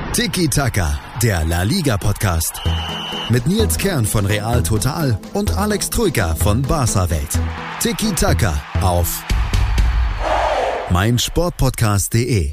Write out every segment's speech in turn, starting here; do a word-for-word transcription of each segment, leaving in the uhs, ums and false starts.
Tiki Taka, der La Liga Podcast. Mit Nils Kern von Real Total und Alex Troika von Barca Welt. Tiki Taka auf meinsportpodcast punkt de.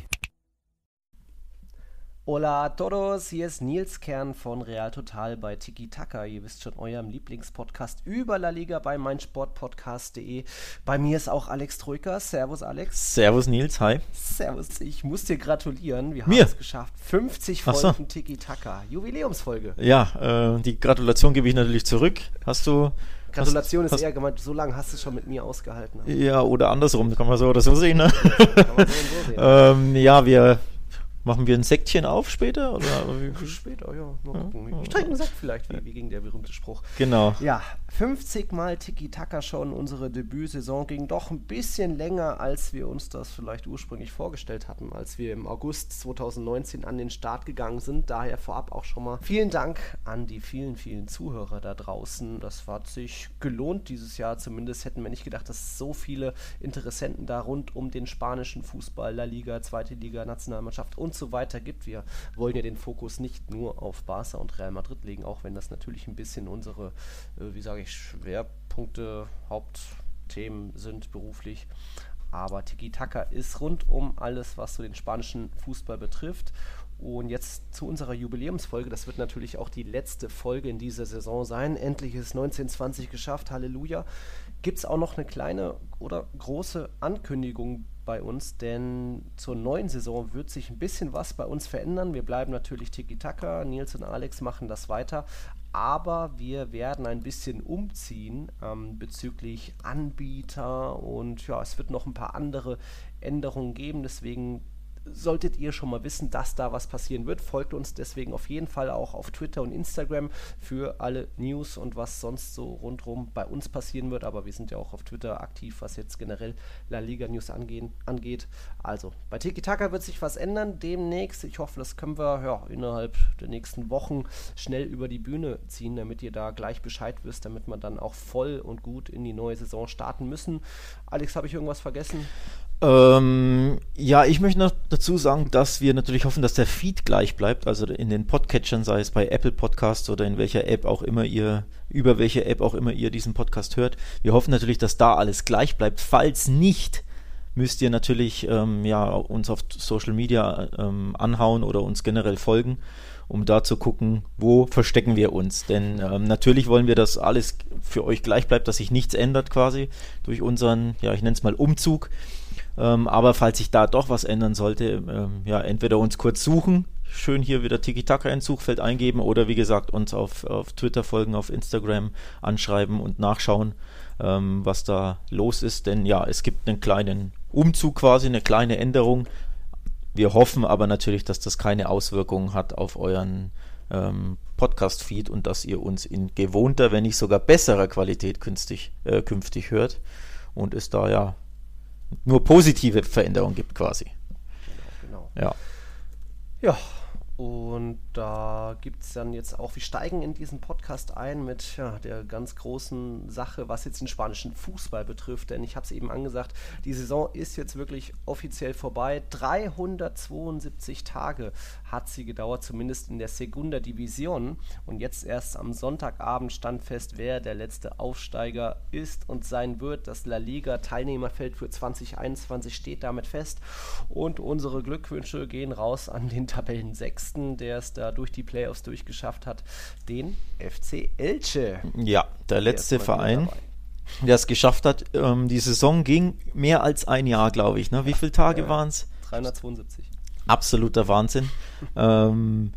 Hola a todos, hier ist Nils Kern von Real Total bei Tiki Taka. Ihr wisst schon, eurem Lieblingspodcast über La Liga bei meinsportpodcast punkt de. Bei mir ist auch Alex Troika. Servus Alex. Servus Nils, hi. Servus, ich muss dir gratulieren. Wir haben mir? es geschafft. fünfzig Folgen so. Tiki Taka, Jubiläumsfolge. Ja, äh, die Gratulation gebe ich natürlich zurück. Hast du... Gratulation hast, ist hast, eher gemeint, so lange hast du schon mit mir ausgehalten. Ja, oder andersrum, kann man so oder so sehen. Ne? Kann man so und so sehen. ähm, ja, wir... Machen wir ein Säckchen auf später? Oder wie? Später, ja. Mal gucken. Ich trinke einen Sekt vielleicht, wie, wie ging der berühmte Spruch. Genau. Ja, fünfzig Mal Tiki-Taka schon. Unsere Debütsaison ging doch ein bisschen länger, als wir uns das vielleicht ursprünglich vorgestellt hatten, als wir im August zweitausendneunzehn an den Start gegangen sind. Daher vorab auch schon mal vielen Dank an die vielen, vielen Zuhörer da draußen. Das hat sich gelohnt dieses Jahr. Zumindest hätten wir nicht gedacht, dass so viele Interessenten da rund um den spanischen Fußball, La Liga, zweite Liga, Nationalmannschaft und so weiter gibt. Wir wollen ja den Fokus nicht nur auf Barca und Real Madrid legen, auch wenn das natürlich ein bisschen unsere, äh, wie sage ich, Schwerpunkte, Hauptthemen sind beruflich. Aber Tiki Taka ist rund um alles, was so den spanischen Fußball betrifft. Und jetzt zu unserer Jubiläumsfolge. Das wird natürlich auch die letzte Folge in dieser Saison sein. Endlich ist neunzehn zwanzig geschafft. Halleluja. Gibt es auch noch eine kleine oder große Ankündigung bei uns, denn zur neuen Saison wird sich ein bisschen was bei uns verändern. Wir bleiben natürlich Tiki Taka, Nils und Alex machen das weiter, aber wir werden ein bisschen umziehen ähm, bezüglich Anbieter und ja, es wird noch ein paar andere Änderungen geben, deswegen solltet ihr schon mal wissen, dass da was passieren wird. Folgt uns deswegen auf jeden Fall auch auf Twitter und Instagram für alle News und was sonst so rundherum bei uns passieren wird. Aber wir sind ja auch auf Twitter aktiv, was jetzt generell La Liga News angehen, angeht. Also, bei Tiki Taka wird sich was ändern demnächst. Ich hoffe, das können wir ja, innerhalb der nächsten Wochen schnell über die Bühne ziehen, damit ihr da gleich Bescheid wisst, damit wir dann auch voll und gut in die neue Saison starten müssen. Alex, habe ich irgendwas vergessen? Ähm, ja, ich möchte noch dazu sagen, dass wir natürlich hoffen, dass der Feed gleich bleibt, also in den Podcatchern, sei es bei Apple Podcasts oder in welcher App auch immer ihr, über welche App auch immer ihr diesen Podcast hört. Wir hoffen natürlich, dass da alles gleich bleibt. Falls nicht, müsst ihr natürlich ähm, ja, uns auf Social Media ähm, anhauen oder uns generell folgen, um da zu gucken, wo verstecken wir uns. Denn ähm, natürlich wollen wir, dass alles für euch gleich bleibt, dass sich nichts ändert quasi durch unseren, ja, ich nenne es mal Umzug. Ähm, aber falls sich da doch was ändern sollte, ähm, ja, entweder uns kurz suchen, schön hier wieder Tiki Taka ins Suchfeld eingeben oder wie gesagt uns auf, auf Twitter folgen, auf Instagram anschreiben und nachschauen, ähm, was da los ist. Denn ja, es gibt einen kleinen Umzug quasi, eine kleine Änderung. Wir hoffen aber natürlich, dass das keine Auswirkungen hat auf euren ähm, Podcast-Feed und dass ihr uns in gewohnter, wenn nicht sogar besserer Qualität künftig, äh, künftig hört und es da ja nur positive Veränderungen gibt quasi. Genau, genau. Ja. Ja, und da gibt es dann jetzt auch, wir steigen in diesen Podcast ein mit ja, der ganz großen Sache, was jetzt den spanischen Fußball betrifft, denn ich habe es eben angesagt, die Saison ist jetzt wirklich offiziell vorbei. dreihundertzweiundsiebzig Tage hat sie gedauert, zumindest in der Segunda División, und jetzt erst am Sonntagabend stand fest, wer der letzte Aufsteiger ist und sein wird. Das La Liga Teilnehmerfeld für zwanzig einundzwanzig steht damit fest und unsere Glückwünsche gehen raus an den Tabellensechsten, der es da durch die Playoffs durchgeschafft hat, den F C Elche. Ja, der letzte der Verein, der es geschafft hat. Ähm, die Saison ging mehr als ein Jahr, glaube ich. Ne? Wie viele Tage ja, waren es? dreihundertzweiundsiebzig. Absoluter Wahnsinn. ähm,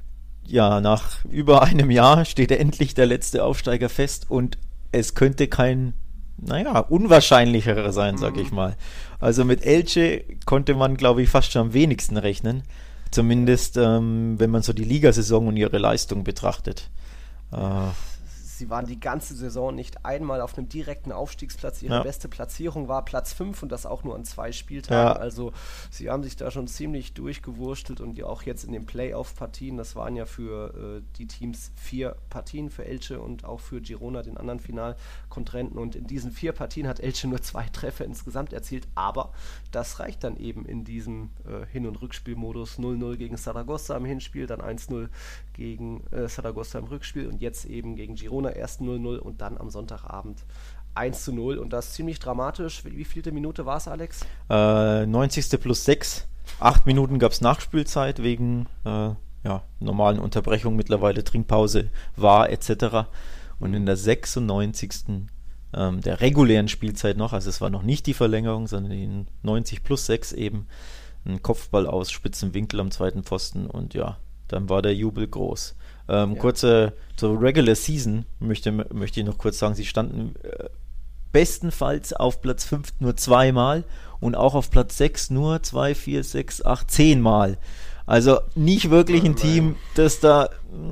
ja, nach über einem Jahr steht endlich der letzte Aufsteiger fest und es könnte kein, naja, unwahrscheinlicherer sein, sage ich mal. Also mit Elche konnte man, glaube ich, fast schon am wenigsten rechnen. Zumindest, ähm, wenn man so die Ligasaison und ihre Leistung betrachtet. Äh, Sie waren die ganze Saison nicht einmal auf einem direkten Aufstiegsplatz. Ihre ja. beste Platzierung war Platz fünf und das auch nur an zwei Spieltagen. Ja. Also sie haben sich da schon ziemlich durchgewurstelt und auch jetzt in den Playoff-Partien, das waren ja für äh, die Teams vier Partien, für Elche und auch für Girona, den anderen Finalkontrahenten. Und in diesen vier Partien hat Elche nur zwei Treffer insgesamt erzielt, aber das reicht dann eben in diesem äh, Hin- und Rückspielmodus. null null gegen Saragossa im Hinspiel, dann eins null gegen äh, Saragossa im Rückspiel und jetzt eben gegen Girona erst null null und dann am Sonntagabend eins zu null und das ist ziemlich dramatisch. Wie, wie vielte Minute war es, Alex? Äh, neunzigste plus sechs. Acht Minuten gab es Nachspielzeit wegen äh, ja, normalen Unterbrechungen, mittlerweile Trinkpause, war et cetera. Und in der sechsundneunzigsten Ähm, der regulären Spielzeit noch, also es war noch nicht die Verlängerung, sondern die neunzig plus sechs eben, ein Kopfball aus spitzem Winkel am zweiten Pfosten und ja, dann war der Jubel groß. Ähm, ja. Kurze, zur Regular Season möchte, möchte ich noch kurz sagen, sie standen äh, bestenfalls auf Platz fünf nur zweimal und auch auf Platz sechs nur zwei, vier, sechs, acht, zehn Mal. Also nicht wirklich ein Team, das da,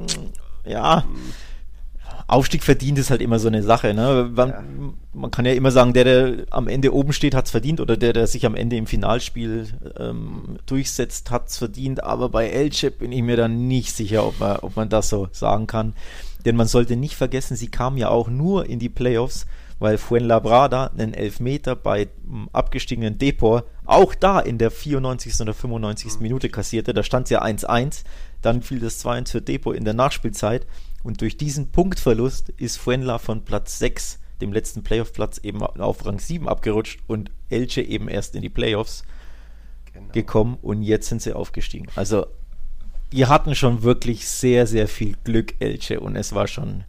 mh, ja, Aufstieg verdient ist halt immer so eine Sache. Ne? Man, ja. man kann ja immer sagen, der, der am Ende oben steht, hat es verdient oder der, der sich am Ende im Finalspiel ähm, durchsetzt, hat es verdient. Aber bei Elche bin ich mir dann nicht sicher, ob man, ob man das so sagen kann. Denn man sollte nicht vergessen, sie kamen ja auch nur in die Playoffs, weil Fuenlabrada einen Elfmeter bei m, abgestiegenen Depor auch da in der vierundneunzigsten oder fünfundneunzigsten Minute kassierte. Da stand es ja eins eins. Dann fiel das zwei eins für Depor in der Nachspielzeit. Und durch diesen Punktverlust ist Fuenla von Platz sechs, dem letzten Playoff-Platz, eben auf Rang sieben abgerutscht und Elche eben erst in die Playoffs genau. gekommen und jetzt sind sie aufgestiegen. Also, die hatten schon wirklich sehr, sehr viel Glück, Elche, und es war schon,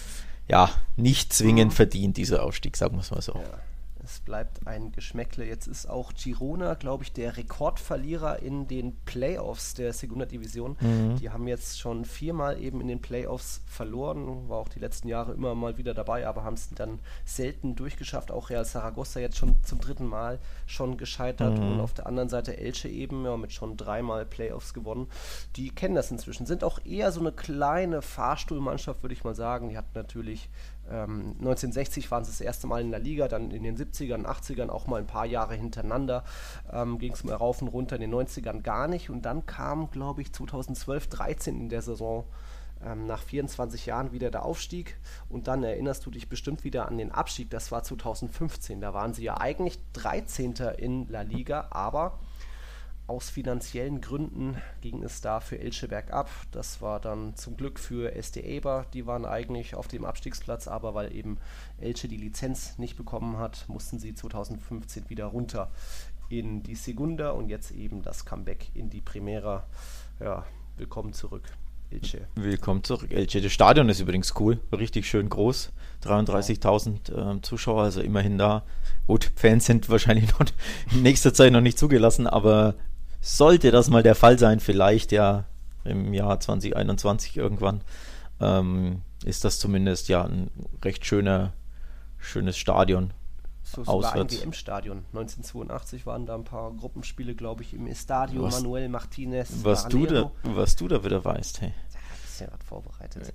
ja, nicht zwingend verdient, dieser Aufstieg, sagen wir es mal so. Ja. Es bleibt ein Geschmäckle. Jetzt ist auch Girona, glaube ich, der Rekordverlierer in den Playoffs der Segunda Division. Mhm. Die haben jetzt schon viermal eben in den Playoffs verloren, war auch die letzten Jahre immer mal wieder dabei, aber haben es dann selten durchgeschafft. Auch Real Zaragoza jetzt schon zum dritten Mal schon gescheitert mhm. und auf der anderen Seite Elche eben ja, mit schon dreimal Playoffs gewonnen. Die kennen das inzwischen, sind auch eher so eine kleine Fahrstuhlmannschaft, würde ich mal sagen. Die hat natürlich Ähm, neunzehnhundertsechzig waren sie das erste Mal in der Liga, dann in den siebzigern, achtzigern auch mal ein paar Jahre hintereinander, ähm, ging es mal rauf und runter, in den neunzigern gar nicht und dann kam, glaube ich, zweitausendzwölf, dreizehn in der Saison ähm, nach vierundzwanzig Jahren wieder der Aufstieg und dann erinnerst du dich bestimmt wieder an den Abstieg, das war zweitausendfünfzehn, da waren sie ja eigentlich dreizehnter in La Liga, aber aus finanziellen Gründen ging es da für Elche bergab. Das war dann zum Glück für S D Eibar. Die waren eigentlich auf dem Abstiegsplatz, aber weil eben Elche die Lizenz nicht bekommen hat, mussten sie zweitausendfünfzehn wieder runter in die Segunda und jetzt eben das Comeback in die Primera. Ja, willkommen zurück, Elche. Willkommen zurück, Elche. Das Stadion ist übrigens cool, richtig schön groß. dreiunddreißigtausend äh, Zuschauer, also immerhin da. Gut, Fans sind wahrscheinlich noch in nächster Zeit noch nicht zugelassen, aber sollte das mal der Fall sein, vielleicht ja im Jahr zwanzig einundzwanzig irgendwann, ähm, ist das zumindest ja ein recht schöner, schönes Stadion. So, es war ein W M-Stadion. neunzehnhundertzweiundachtzig waren da ein paar Gruppenspiele, glaube ich, im Estadio was, Manuel Martinez. Was du, da, was du da wieder weißt, hey. Ja, ein bisschen was vorbereitet.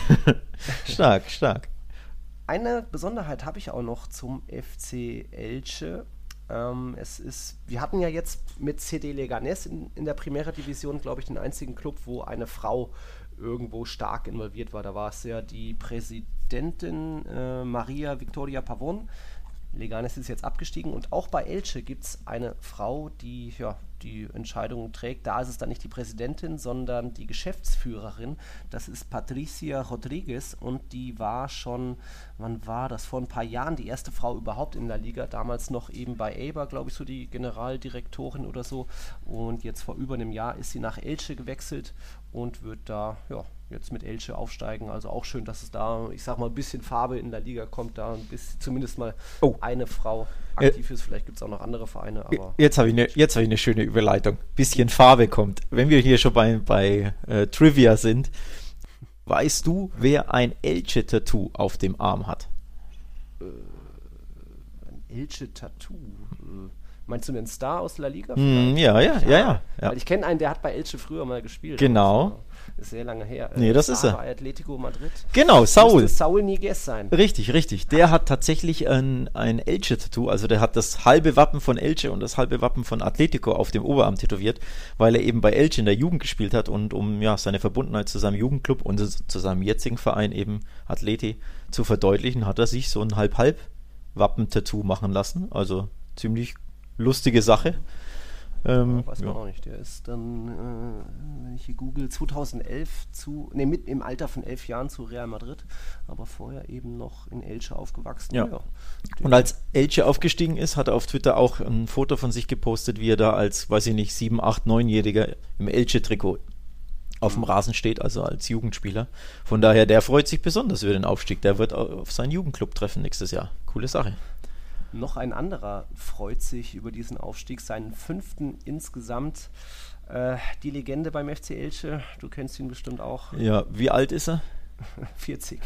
stark, stark. Eine Besonderheit habe ich auch noch zum F C Elche. Ähm, es ist, wir hatten ja jetzt mit C D Leganés in, in der Primera Division, glaube ich, den einzigen Club, wo eine Frau irgendwo stark involviert war. Da war es ja die Präsidentin äh, Maria Victoria Pavón. Leganés ist jetzt abgestiegen und auch bei Elche gibt es eine Frau, die ja die Entscheidungen trägt. Da ist es dann nicht die Präsidentin, sondern die Geschäftsführerin. Das ist Patricia Rodriguez und die war schon, wann war das? Vor ein paar Jahren die erste Frau überhaupt in der Liga. Damals noch eben bei Eibar, glaube ich, so die Generaldirektorin oder so. Und jetzt vor über einem Jahr ist sie nach Elche gewechselt und wird da, ja, jetzt mit Elche aufsteigen. Also auch schön, dass es da, ich sag mal, ein bisschen Farbe in der Liga kommt, da ein bisschen, zumindest mal oh. eine Frau aktiv ist. Vielleicht gibt es auch noch andere Vereine, aber... Jetzt habe ich eine hab ich ne schöne Überleitung. Bisschen Farbe kommt. Wenn wir hier schon bei, bei äh, Trivia sind, weißt du, wer ein Elche-Tattoo auf dem Arm hat? Äh, ein Elche-Tattoo? Äh, meinst du einen Star aus La Liga? Mm, ja, ja, ja, ja, ja. Weil ich kenne einen, der hat bei Elche früher mal gespielt. Genau. ist sehr lange her. Nee, das ist er. Bei Atletico Madrid. Genau, Saul. Müsste Saul Niguez sein. Richtig, richtig. Der hat tatsächlich ein, ein Elche-Tattoo, also der hat das halbe Wappen von Elche und das halbe Wappen von Atletico auf dem Oberarm tätowiert, weil er eben bei Elche in der Jugend gespielt hat und um ja seine Verbundenheit zu seinem Jugendclub und zu seinem jetzigen Verein eben Atleti zu verdeutlichen, hat er sich so ein Halb-Halb-Wappen-Tattoo machen lassen. Also ziemlich lustige Sache. Ähm, ja, weiß man ja. auch nicht. Der ist dann, äh, wenn ich hier google, zweitausendelf zu, ne, mit im Alter von elf Jahren zu Real Madrid, aber vorher eben noch in Elche aufgewachsen. Ja. Ja. Und als Elche aufgestiegen ist, hat er auf Twitter auch ein Foto von sich gepostet, wie er da als, weiß ich nicht, sieben, acht, neunjähriger im Elche-Trikot auf dem Rasen steht, also als Jugendspieler. Von daher, der freut sich besonders über den Aufstieg. Der wird auf seinen Jugendclub treffen nächstes Jahr. Coole Sache. Noch ein anderer freut sich über diesen Aufstieg, seinen fünften insgesamt. Äh, die Legende beim F C Elche, du kennst ihn bestimmt auch. Ja, wie alt ist er? vierzig.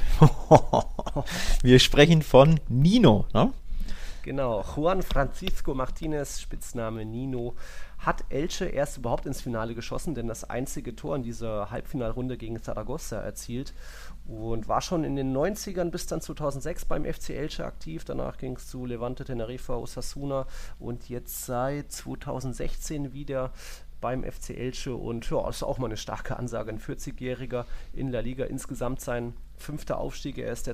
Wir sprechen von Nino, ne? Genau, Juan Francisco Martinez, Spitzname Nino, hat Elche erst überhaupt ins Finale geschossen, denn das einzige Tor in dieser Halbfinalrunde gegen Zaragoza erzielt und war schon in den neunzigern bis dann zweitausendsechs beim F C Elche aktiv. Danach ging es zu Levante, Tenerife, Osasuna und jetzt seit zweitausendsechzehn wieder beim F C Elche und ja, ist auch mal eine starke Ansage. Ein vierzigjähriger in La Liga, insgesamt sein fünfter Aufstieg. Er ist der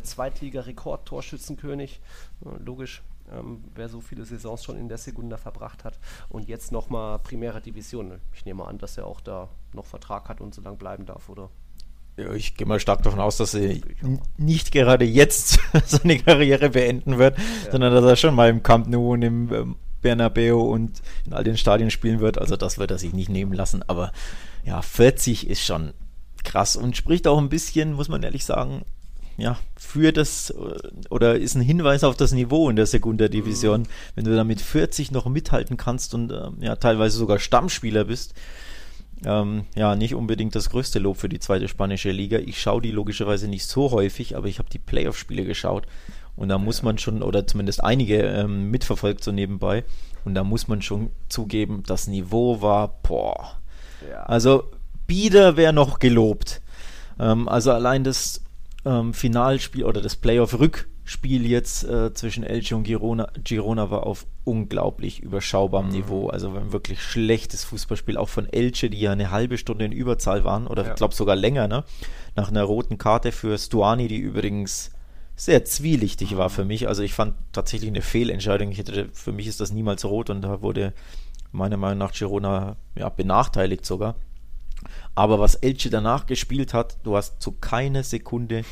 Zweitliga-Rekord-Torschützenkönig, logisch. Ähm, wer so viele Saisons schon in der Segunda verbracht hat und jetzt nochmal Primera Division. Ich nehme an, dass er auch da noch Vertrag hat und so lange bleiben darf, oder? Ja, ich gehe mal stark davon aus, dass er n- nicht gerade jetzt seine Karriere beenden wird, ja. sondern dass er schon mal im Camp Nou und im ähm, Bernabeu und in all den Stadien spielen wird. Also das wird er sich nicht nehmen lassen. Aber ja, vierzig ist schon krass und spricht auch ein bisschen, muss man ehrlich sagen, ja, für das oder ist ein Hinweis auf das Niveau in der Sekunda-Division, mhm. wenn du da mit vierzig noch mithalten kannst und ähm, ja teilweise sogar Stammspieler bist. Ähm, ja, nicht unbedingt das größte Lob für die zweite spanische Liga. Ich schaue die logischerweise nicht so häufig, aber ich habe die Playoff-Spiele geschaut und da ja. muss man schon, oder zumindest einige ähm, mitverfolgt so nebenbei, und da muss man schon zugeben, das Niveau war, boah. Ja. Also bieder wäre noch gelobt. Ähm, also allein das Ähm, Finalspiel oder das Playoff-Rückspiel jetzt äh, zwischen Elche und Girona, Girona war auf unglaublich überschaubarem mhm. Niveau. Also ein wirklich schlechtes Fußballspiel, auch von Elche, die ja eine halbe Stunde in Überzahl waren, oder ja. ich glaube sogar länger, ne? Nach einer roten Karte für Stuani, die übrigens sehr zwielichtig mhm. war für mich. Also ich fand tatsächlich eine Fehlentscheidung. Ich hätte, für mich ist das niemals rot und da wurde meiner Meinung nach Girona ja, benachteiligt sogar. Aber was Elche danach gespielt hat, du hast zu keiner Sekunde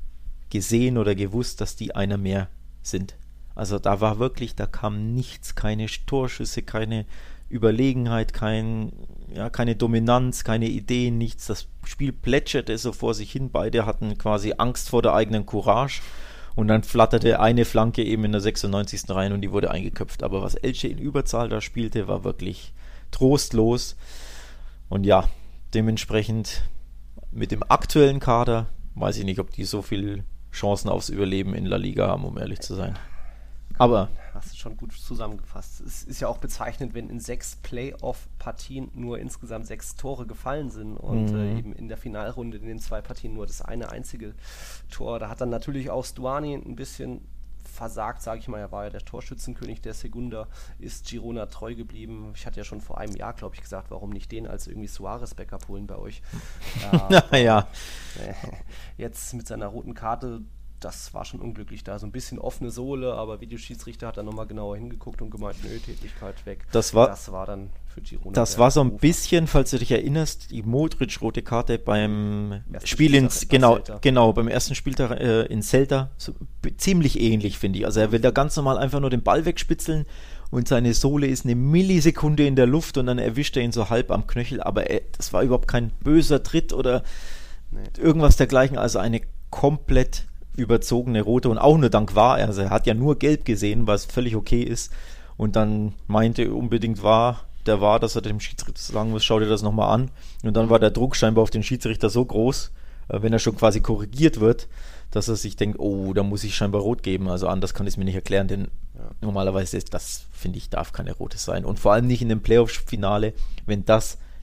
gesehen oder gewusst, dass die einer mehr sind. Also da war wirklich, da kam nichts, keine Torschüsse, keine Überlegenheit, kein, ja, keine Dominanz, keine Ideen, nichts. Das Spiel plätscherte so vor sich hin. Beide hatten quasi Angst vor der eigenen Courage. Und dann flatterte eine Flanke eben in der sechsundneunzigsten rein und die wurde eingeköpft. Aber was Elche in Überzahl da spielte, war wirklich trostlos. Und ja, dementsprechend mit dem aktuellen Kader weiß ich nicht, ob die so viele Chancen aufs Überleben in La Liga haben, um ehrlich zu sein. Aber hast du schon gut zusammengefasst. Es ist ja auch bezeichnend, wenn in sechs Playoff-Partien nur insgesamt sechs Tore gefallen sind und mhm. äh, eben in der Finalrunde in den zwei Partien nur das eine einzige Tor. Da hat dann natürlich auch Stuani ein bisschen versagt, sage ich mal. Er war ja der Torschützenkönig der Segunda, ist Girona treu geblieben. Ich hatte ja schon vor einem Jahr, glaube ich, gesagt, warum nicht den als irgendwie Suarez-Backup holen bei euch. Ja, ja. Äh, jetzt mit seiner roten Karte, das war schon unglücklich da. So ein bisschen offene Sohle, aber Videoschiedsrichter hat dann nochmal genauer hingeguckt und gemeint, nö, Tätigkeit weg. Das war, das war dann für Girona. Das war so ein bisschen, falls du dich erinnerst, die Modric-rote Karte beim Spiel ins, genau, genau, beim ersten Spieltag äh, in Celta, so, b- ziemlich ähnlich, finde ich. Also er will da ganz normal einfach nur den Ball wegspitzeln und seine Sohle ist eine Millisekunde in der Luft und dann erwischt er ihn so halb am Knöchel, aber er, das war überhaupt kein böser Tritt oder nee. irgendwas dergleichen, also eine komplett überzogene rote und auch nur dank V A R. Also er hat ja nur gelb gesehen, was völlig okay ist und dann meinte unbedingt V A R, der war, dass er dem Schiedsrichter sagen muss, schau dir das nochmal an. Und dann war der Druck scheinbar auf den Schiedsrichter so groß, äh, wenn er schon quasi korrigiert wird, dass er sich denkt, oh, da muss ich scheinbar rot geben. Also anders kann ich es mir nicht erklären, denn ja. normalerweise ist das, finde ich, darf keine rote sein. Und vor allem nicht in dem Playoff-Finale, wenn das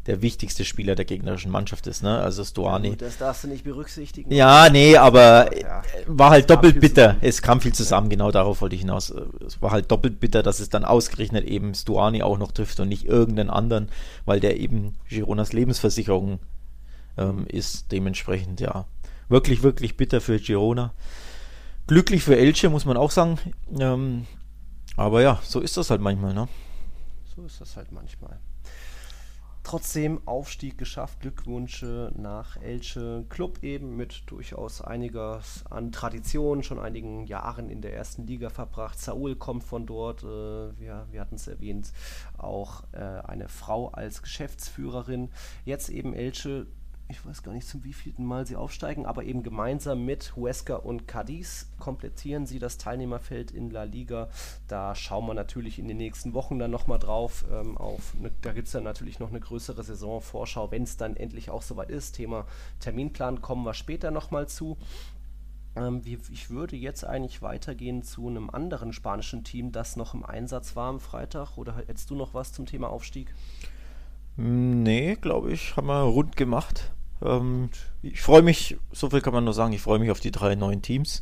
der wichtigste Spieler der gegnerischen Mannschaft ist, ne? Also Stuani. Ja, das darfst du nicht berücksichtigen. Ja, nee, aber ja, war halt doppelt bitter. Zusammen. Es kam viel zusammen, genau darauf wollte ich hinaus. Es war halt doppelt bitter, dass es dann ausgerechnet eben Stuani auch noch trifft und nicht irgendeinen anderen, weil der eben Gironas Lebensversicherung ähm, ist. Dementsprechend, ja, wirklich, wirklich bitter für Girona. Glücklich für Elche, muss man auch sagen. Ähm, aber ja, so ist das halt manchmal, ne? So ist das halt manchmal. Trotzdem Aufstieg geschafft, Glückwünsche nach Elche. Club eben mit durchaus einiges an Tradition, schon einigen Jahren in der ersten Liga verbracht. Saúl kommt von dort, äh, wir, wir hatten es erwähnt, auch äh, eine Frau als Geschäftsführerin. Jetzt eben Elche, ich weiß gar nicht, zum wievielten Mal sie aufsteigen, aber eben gemeinsam mit Huesca und Cádiz komplettieren sie das Teilnehmerfeld in La Liga. Da schauen wir natürlich in den nächsten Wochen dann nochmal drauf. Ähm, auf ne, da gibt es dann natürlich noch eine größere Saisonvorschau, wenn es dann endlich auch soweit ist. Thema Terminplan kommen wir später nochmal zu. Ähm, wie, ich würde jetzt eigentlich weitergehen zu einem anderen spanischen Team, das noch im Einsatz war am Freitag. Oder hättest du noch was zum Thema Aufstieg? Nee, glaube ich, haben wir rund gemacht. Ähm, ich freue mich, so viel kann man nur sagen, ich freue mich auf die drei neuen Teams.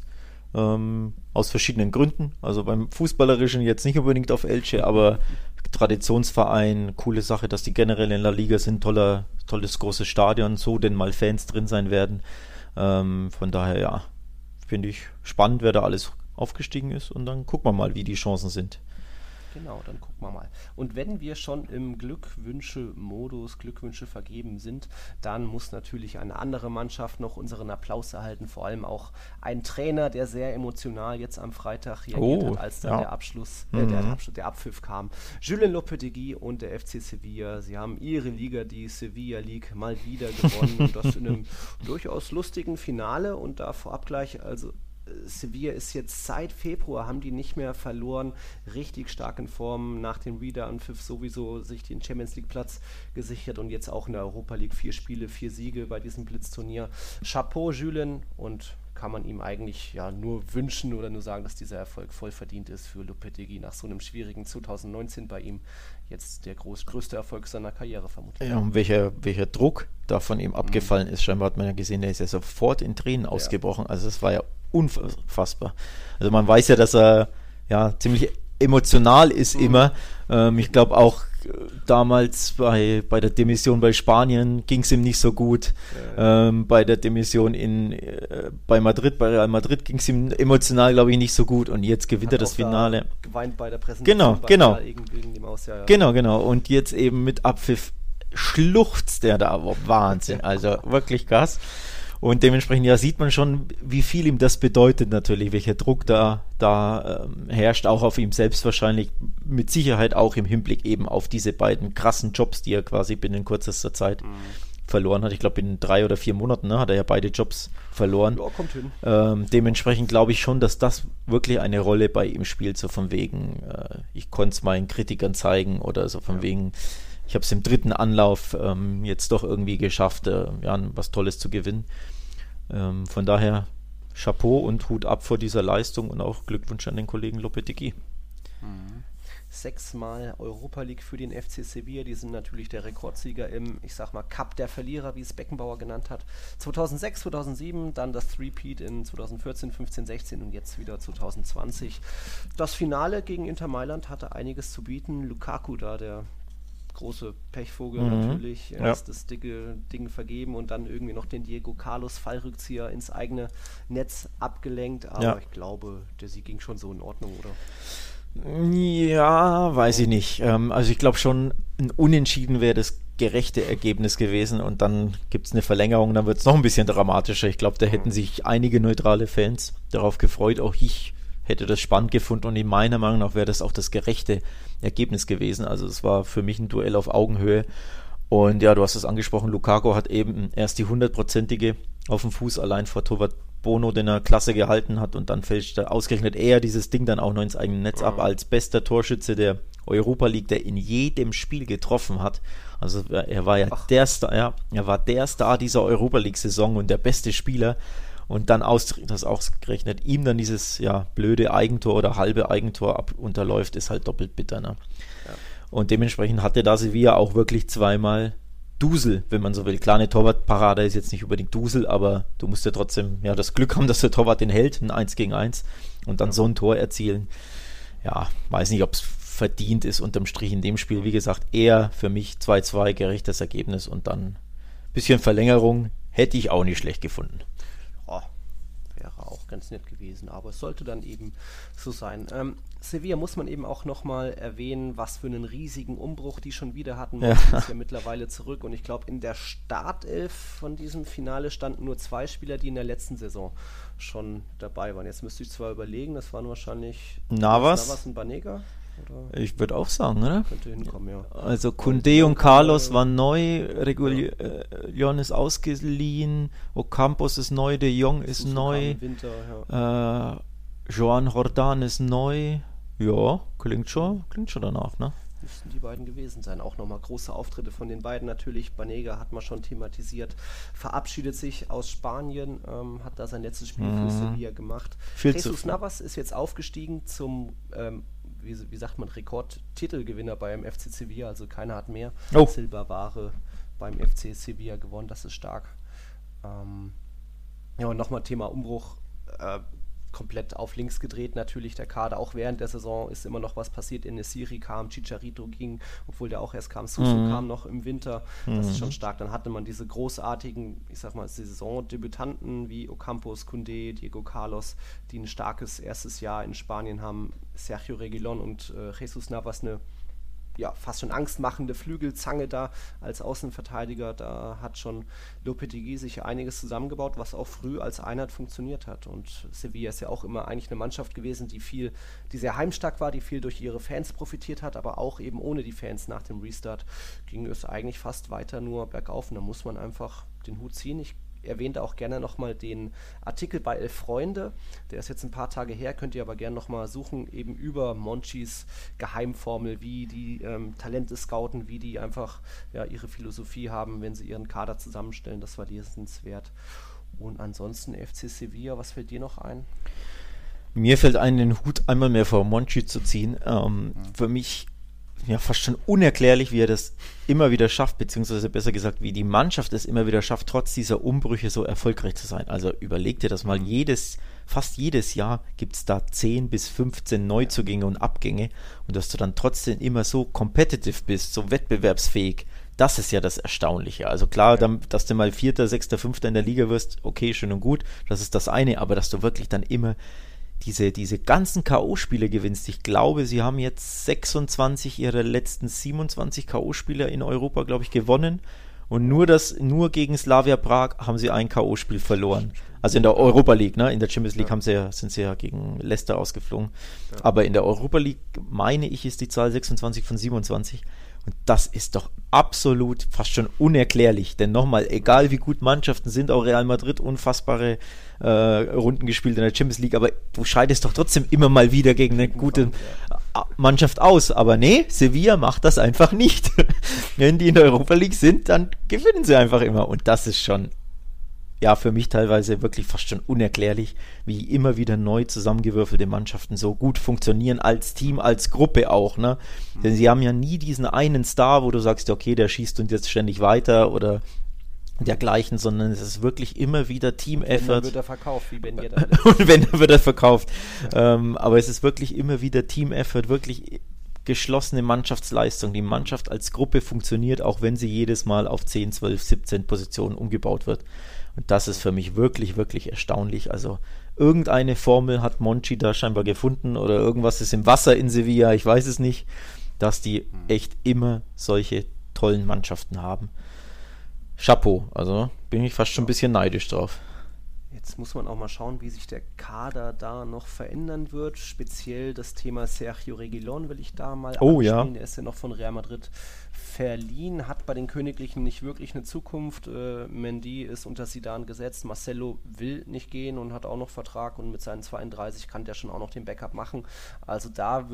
Ähm, aus verschiedenen Gründen. Also beim Fußballerischen jetzt nicht unbedingt auf Elche, aber Traditionsverein, coole Sache, dass die generell in La Liga sind, toller, tolles großes Stadion, so denn mal Fans drin sein werden. Ähm, von daher, ja, finde ich spannend, wer da alles aufgestiegen ist und dann gucken wir mal, wie die Chancen sind. Genau, dann gucken wir mal. Und wenn wir schon im Glückwünsche-Modus, Glückwünsche vergeben sind, dann muss natürlich eine andere Mannschaft noch unseren Applaus erhalten, vor allem auch ein Trainer, der sehr emotional jetzt am Freitag reagiert oh, hat, als dann ja. der Abschluss, äh, mhm. der, Abschluss, der Abpfiff kam. Julien Lopetegui und der F C Sevilla, sie haben ihre Liga, die Sevilla League, mal wieder gewonnen und das in einem durchaus lustigen Finale und da vorab gleich, also Sevilla ist jetzt seit Februar, haben die nicht mehr verloren, richtig stark in Form, nach dem Wiederanpfiff sowieso sich den Champions League Platz gesichert und jetzt auch in der Europa League vier Spiele, vier Siege bei diesem Blitzturnier. Chapeau Julien und kann man ihm eigentlich ja nur wünschen oder nur sagen, dass dieser Erfolg voll verdient ist für Lopetegui nach so einem schwierigen zwanzig neunzehn bei ihm. Jetzt der groß, größte Erfolg seiner Karriere vermutlich. Ja, und welcher, welcher Druck da von ihm mhm. abgefallen ist. Scheinbar hat man ja gesehen, der ist ja sofort in Tränen ja. ausgebrochen. Also das war ja unfassbar. Also man weiß ja, dass er ja ziemlich emotional ist mhm. immer. Ähm, ich glaube auch äh, damals bei, bei der Demission bei Spanien ging es ihm nicht so gut. Ja. Ähm, bei der Demission in äh, bei Madrid, bei Real Madrid ging es ihm emotional, glaube ich, nicht so gut. Und jetzt gewinnt Hat er das Finale. Da geweint bei der Präsentation. Genau, bei genau. Wegen dem Aus, ja, ja. Genau, genau. Und jetzt eben mit Abpfiff schluchzt der da. Wahnsinn. Also wirklich krass. Und dementsprechend ja sieht man schon, wie viel ihm das bedeutet natürlich, welcher Druck da, da ähm, herrscht, auch auf ihm selbst wahrscheinlich, mit Sicherheit auch im Hinblick eben auf diese beiden krassen Jobs, die er quasi binnen kürzester Zeit mhm. verloren hat. Ich glaube, in drei oder vier Monaten ne, hat er ja beide Jobs verloren. Ja, kommt hin. Ähm, dementsprechend glaube ich schon, dass das wirklich eine Rolle bei ihm spielt, so von wegen, äh, ich konnte es meinen Kritikern zeigen oder so von ja. wegen, ich habe es im dritten Anlauf ähm, jetzt doch irgendwie geschafft, äh, ja, was Tolles zu gewinnen. Ähm, von daher Chapeau und Hut ab vor dieser Leistung und auch Glückwunsch an den Kollegen Lopetegui. Mhm. Sechsmal Europa League für den F C Sevilla, die sind natürlich der Rekordsieger im, ich sag mal, Cup der Verlierer, wie es Beckenbauer genannt hat. zweitausendsechs, zweitausendsieben, dann das Three-Peat in zweitausendvierzehn, fünfzehn, sechzehn und jetzt wieder zwanzig zwanzig. Das Finale gegen Inter Mailand hatte einiges zu bieten. Lukaku da, der große Pechvogel mhm. natürlich, erst ja. das dicke Ding vergeben und dann irgendwie noch den Diego Carlos Fallrückzieher ins eigene Netz abgelenkt, aber ja. ich glaube, der Sieg ging schon so in Ordnung, oder? Ja, weiß ich nicht. Ähm, also ich glaube schon, ein Unentschieden wäre das gerechte Ergebnis gewesen und dann gibt es eine Verlängerung, dann wird es noch ein bisschen dramatischer. Ich glaube, da hätten mhm. sich einige neutrale Fans darauf gefreut, auch ich hätte das spannend gefunden und in meiner Meinung nach wäre das auch das gerechte Ergebnis gewesen. Also es war für mich ein Duell auf Augenhöhe und ja, du hast es angesprochen, Lukaku hat eben erst die hundertprozentige auf dem Fuß allein vor Torwart Bono, den er klasse gehalten hat und dann fälscht er ausgerechnet er dieses Ding dann auch noch ins eigene Netz ab als bester Torschütze der Europa League, der in jedem Spiel getroffen hat. Also er war ja Ach. der Star, ja, er war der Star dieser Europa League Saison und der beste Spieler. Und dann aus, das ausgerechnet ihm dann dieses ja, blöde Eigentor oder halbe Eigentor ab unterläuft, ist halt doppelt bitter. Ne? Ja. Und dementsprechend hatte da Sevilla auch wirklich zweimal Dusel, wenn man so will. Klar, eine Torwartparade ist jetzt nicht unbedingt Dusel, aber du musst ja trotzdem ja das Glück haben, dass der Torwart den hält, ein eins gegen eins und dann so ein Tor erzielen. Ja, weiß nicht, ob es verdient ist unterm Strich in dem Spiel. Wie gesagt, eher für mich zwei zwei gerechtes Ergebnis und dann ein bisschen Verlängerung hätte ich auch nicht schlecht gefunden. Ja, wäre auch ganz nett gewesen, aber es sollte dann eben so sein. Ähm, Sevilla muss man eben auch nochmal erwähnen, was für einen riesigen Umbruch die schon wieder hatten. Man Ja. ist ja mittlerweile zurück und ich glaube, in der Startelf von diesem Finale standen nur zwei Spieler, die in der letzten Saison schon dabei waren. Jetzt müsste ich zwar überlegen, das waren wahrscheinlich Navas. Navas und Banega. Oder Ich würde auch sagen, oder? könnte hinkommen, ja. Also Koundé und Carlos waren neu, Reguilón ist ausgeliehen, Ocampos ist neu, De Jong ist Suso neu, kam im Winter, ja. äh, Joan Jordan ist neu. Ja, klingt schon, klingt schon danach, ne? Müssten die beiden gewesen sein. Auch nochmal große Auftritte von den beiden natürlich. Banega hat man schon thematisiert. Verabschiedet sich aus Spanien, ähm, hat da sein letztes Spiel Mhm. für Sevilla gemacht. Viel zu Jesus früh. Navas ist jetzt aufgestiegen zum, ähm, wie, wie sagt man, Rekordtitelgewinner beim F C Sevilla. Also keiner hat mehr Oh. Silberware beim F C Sevilla gewonnen. Das ist stark. Ähm, ja, und nochmal Thema Umbruch. Äh, komplett auf links gedreht, natürlich der Kader, auch während der Saison ist immer noch was passiert, in Nesiri kam, Chicharito ging, obwohl der auch erst kam, Suso Mhm. kam noch im Winter, das ist Mhm. schon stark, dann hatte man diese großartigen, ich sag mal, Saisondebütanten wie Ocampos, Koundé, Diego Carlos, die ein starkes erstes Jahr in Spanien haben, Sergio Reguilón und äh, Jesus Navas eine ja, fast schon angstmachende Flügelzange da als Außenverteidiger. Da hat schon Lopetegui sich einiges zusammengebaut, was auch früh als Einheit funktioniert hat. Und Sevilla ist ja auch immer eigentlich eine Mannschaft gewesen, die viel, die sehr heimstark war, die viel durch ihre Fans profitiert hat, aber auch eben ohne die Fans nach dem Restart ging es eigentlich fast weiter nur bergauf. Und da muss man einfach den Hut ziehen. Ich erwähnte auch gerne nochmal den Artikel bei Elf Freunde, der ist jetzt ein paar Tage her, könnt ihr aber gerne nochmal suchen, eben über Monchis Geheimformel, wie die ähm, Talente scouten, wie die einfach ja, ihre Philosophie haben, wenn sie ihren Kader zusammenstellen, das war lesenswert. Und ansonsten F C Sevilla, was fällt dir noch ein? Mir fällt ein, den Hut einmal mehr vor Monchi zu ziehen. Ähm, ja. Für mich ja fast schon unerklärlich, wie er das immer wieder schafft, beziehungsweise besser gesagt, wie die Mannschaft es immer wieder schafft, trotz dieser Umbrüche so erfolgreich zu sein. Also überleg dir das mal, jedes, fast jedes Jahr gibt es da zehn bis fünfzehn Neuzugänge und Abgänge und dass du dann trotzdem immer so competitive bist, so wettbewerbsfähig, das ist ja das Erstaunliche. Also klar, dann, dass du mal Vierter, Sechster, Fünfter in der Liga wirst, okay, schön und gut, das ist das eine, aber dass du wirklich dann immer diese, diese ganzen K O-Spiele gewinnst. Ich glaube, sie haben jetzt sechsundzwanzig ihrer letzten siebenundzwanzig K O-Spiele in Europa, glaube ich, gewonnen. Und nur das, nur gegen Slavia Prag haben sie ein K O-Spiel verloren. Also in der Europa League, ne? In der Champions League ja. haben sie ja, sind sie ja gegen Leicester ausgeflogen. Ja. Aber in der Europa League, meine ich, ist die Zahl sechsundzwanzig von siebenundzwanzig. Und das ist doch absolut fast schon unerklärlich. Denn nochmal, egal wie gut Mannschaften sind, auch Real Madrid unfassbare äh, Runden gespielt in der Champions League, aber du scheidest doch trotzdem immer mal wieder gegen eine gute Mannschaft aus. Aber nee, Sevilla macht das einfach nicht. Wenn die in der Europa League sind, dann gewinnen sie einfach immer. Und das ist schon, ja, für mich teilweise wirklich fast schon unerklärlich, wie immer wieder neu zusammengewürfelte Mannschaften so gut funktionieren, als Team, als Gruppe auch, ne? Mhm. Denn sie haben ja nie diesen einen Star, wo du sagst, okay, der schießt uns jetzt ständig weiter oder dergleichen, sondern es ist wirklich immer wieder Team-Effort. Wenn, dann wird er verkauft, wie Ben Yedder. Und wenn, dann wird er verkauft. Ja. Ähm, aber es ist wirklich immer wieder Team-Effort, wirklich geschlossene Mannschaftsleistung. Die Mannschaft als Gruppe funktioniert, auch wenn sie jedes Mal auf zehn, zwölf, siebzehn Positionen umgebaut wird. Und das ist für mich wirklich, wirklich erstaunlich. Also irgendeine Formel hat Monchi da scheinbar gefunden oder irgendwas ist im Wasser in Sevilla, ich weiß es nicht, dass die echt immer solche tollen Mannschaften haben. Chapeau, also bin ich fast schon ein bisschen neidisch drauf. Jetzt muss man auch mal schauen, wie sich der Kader da noch verändern wird. Speziell das Thema Sergio Reguilón will ich da mal oh, ansprechen. Ja. Der ist ja noch von Real Madrid verliehen, hat bei den Königlichen nicht wirklich eine Zukunft. Äh, Mendy ist unter Zidane gesetzt. Marcelo will nicht gehen und hat auch noch Vertrag und mit seinen zweiunddreißig kann der schon auch noch den Backup machen. Also da wird es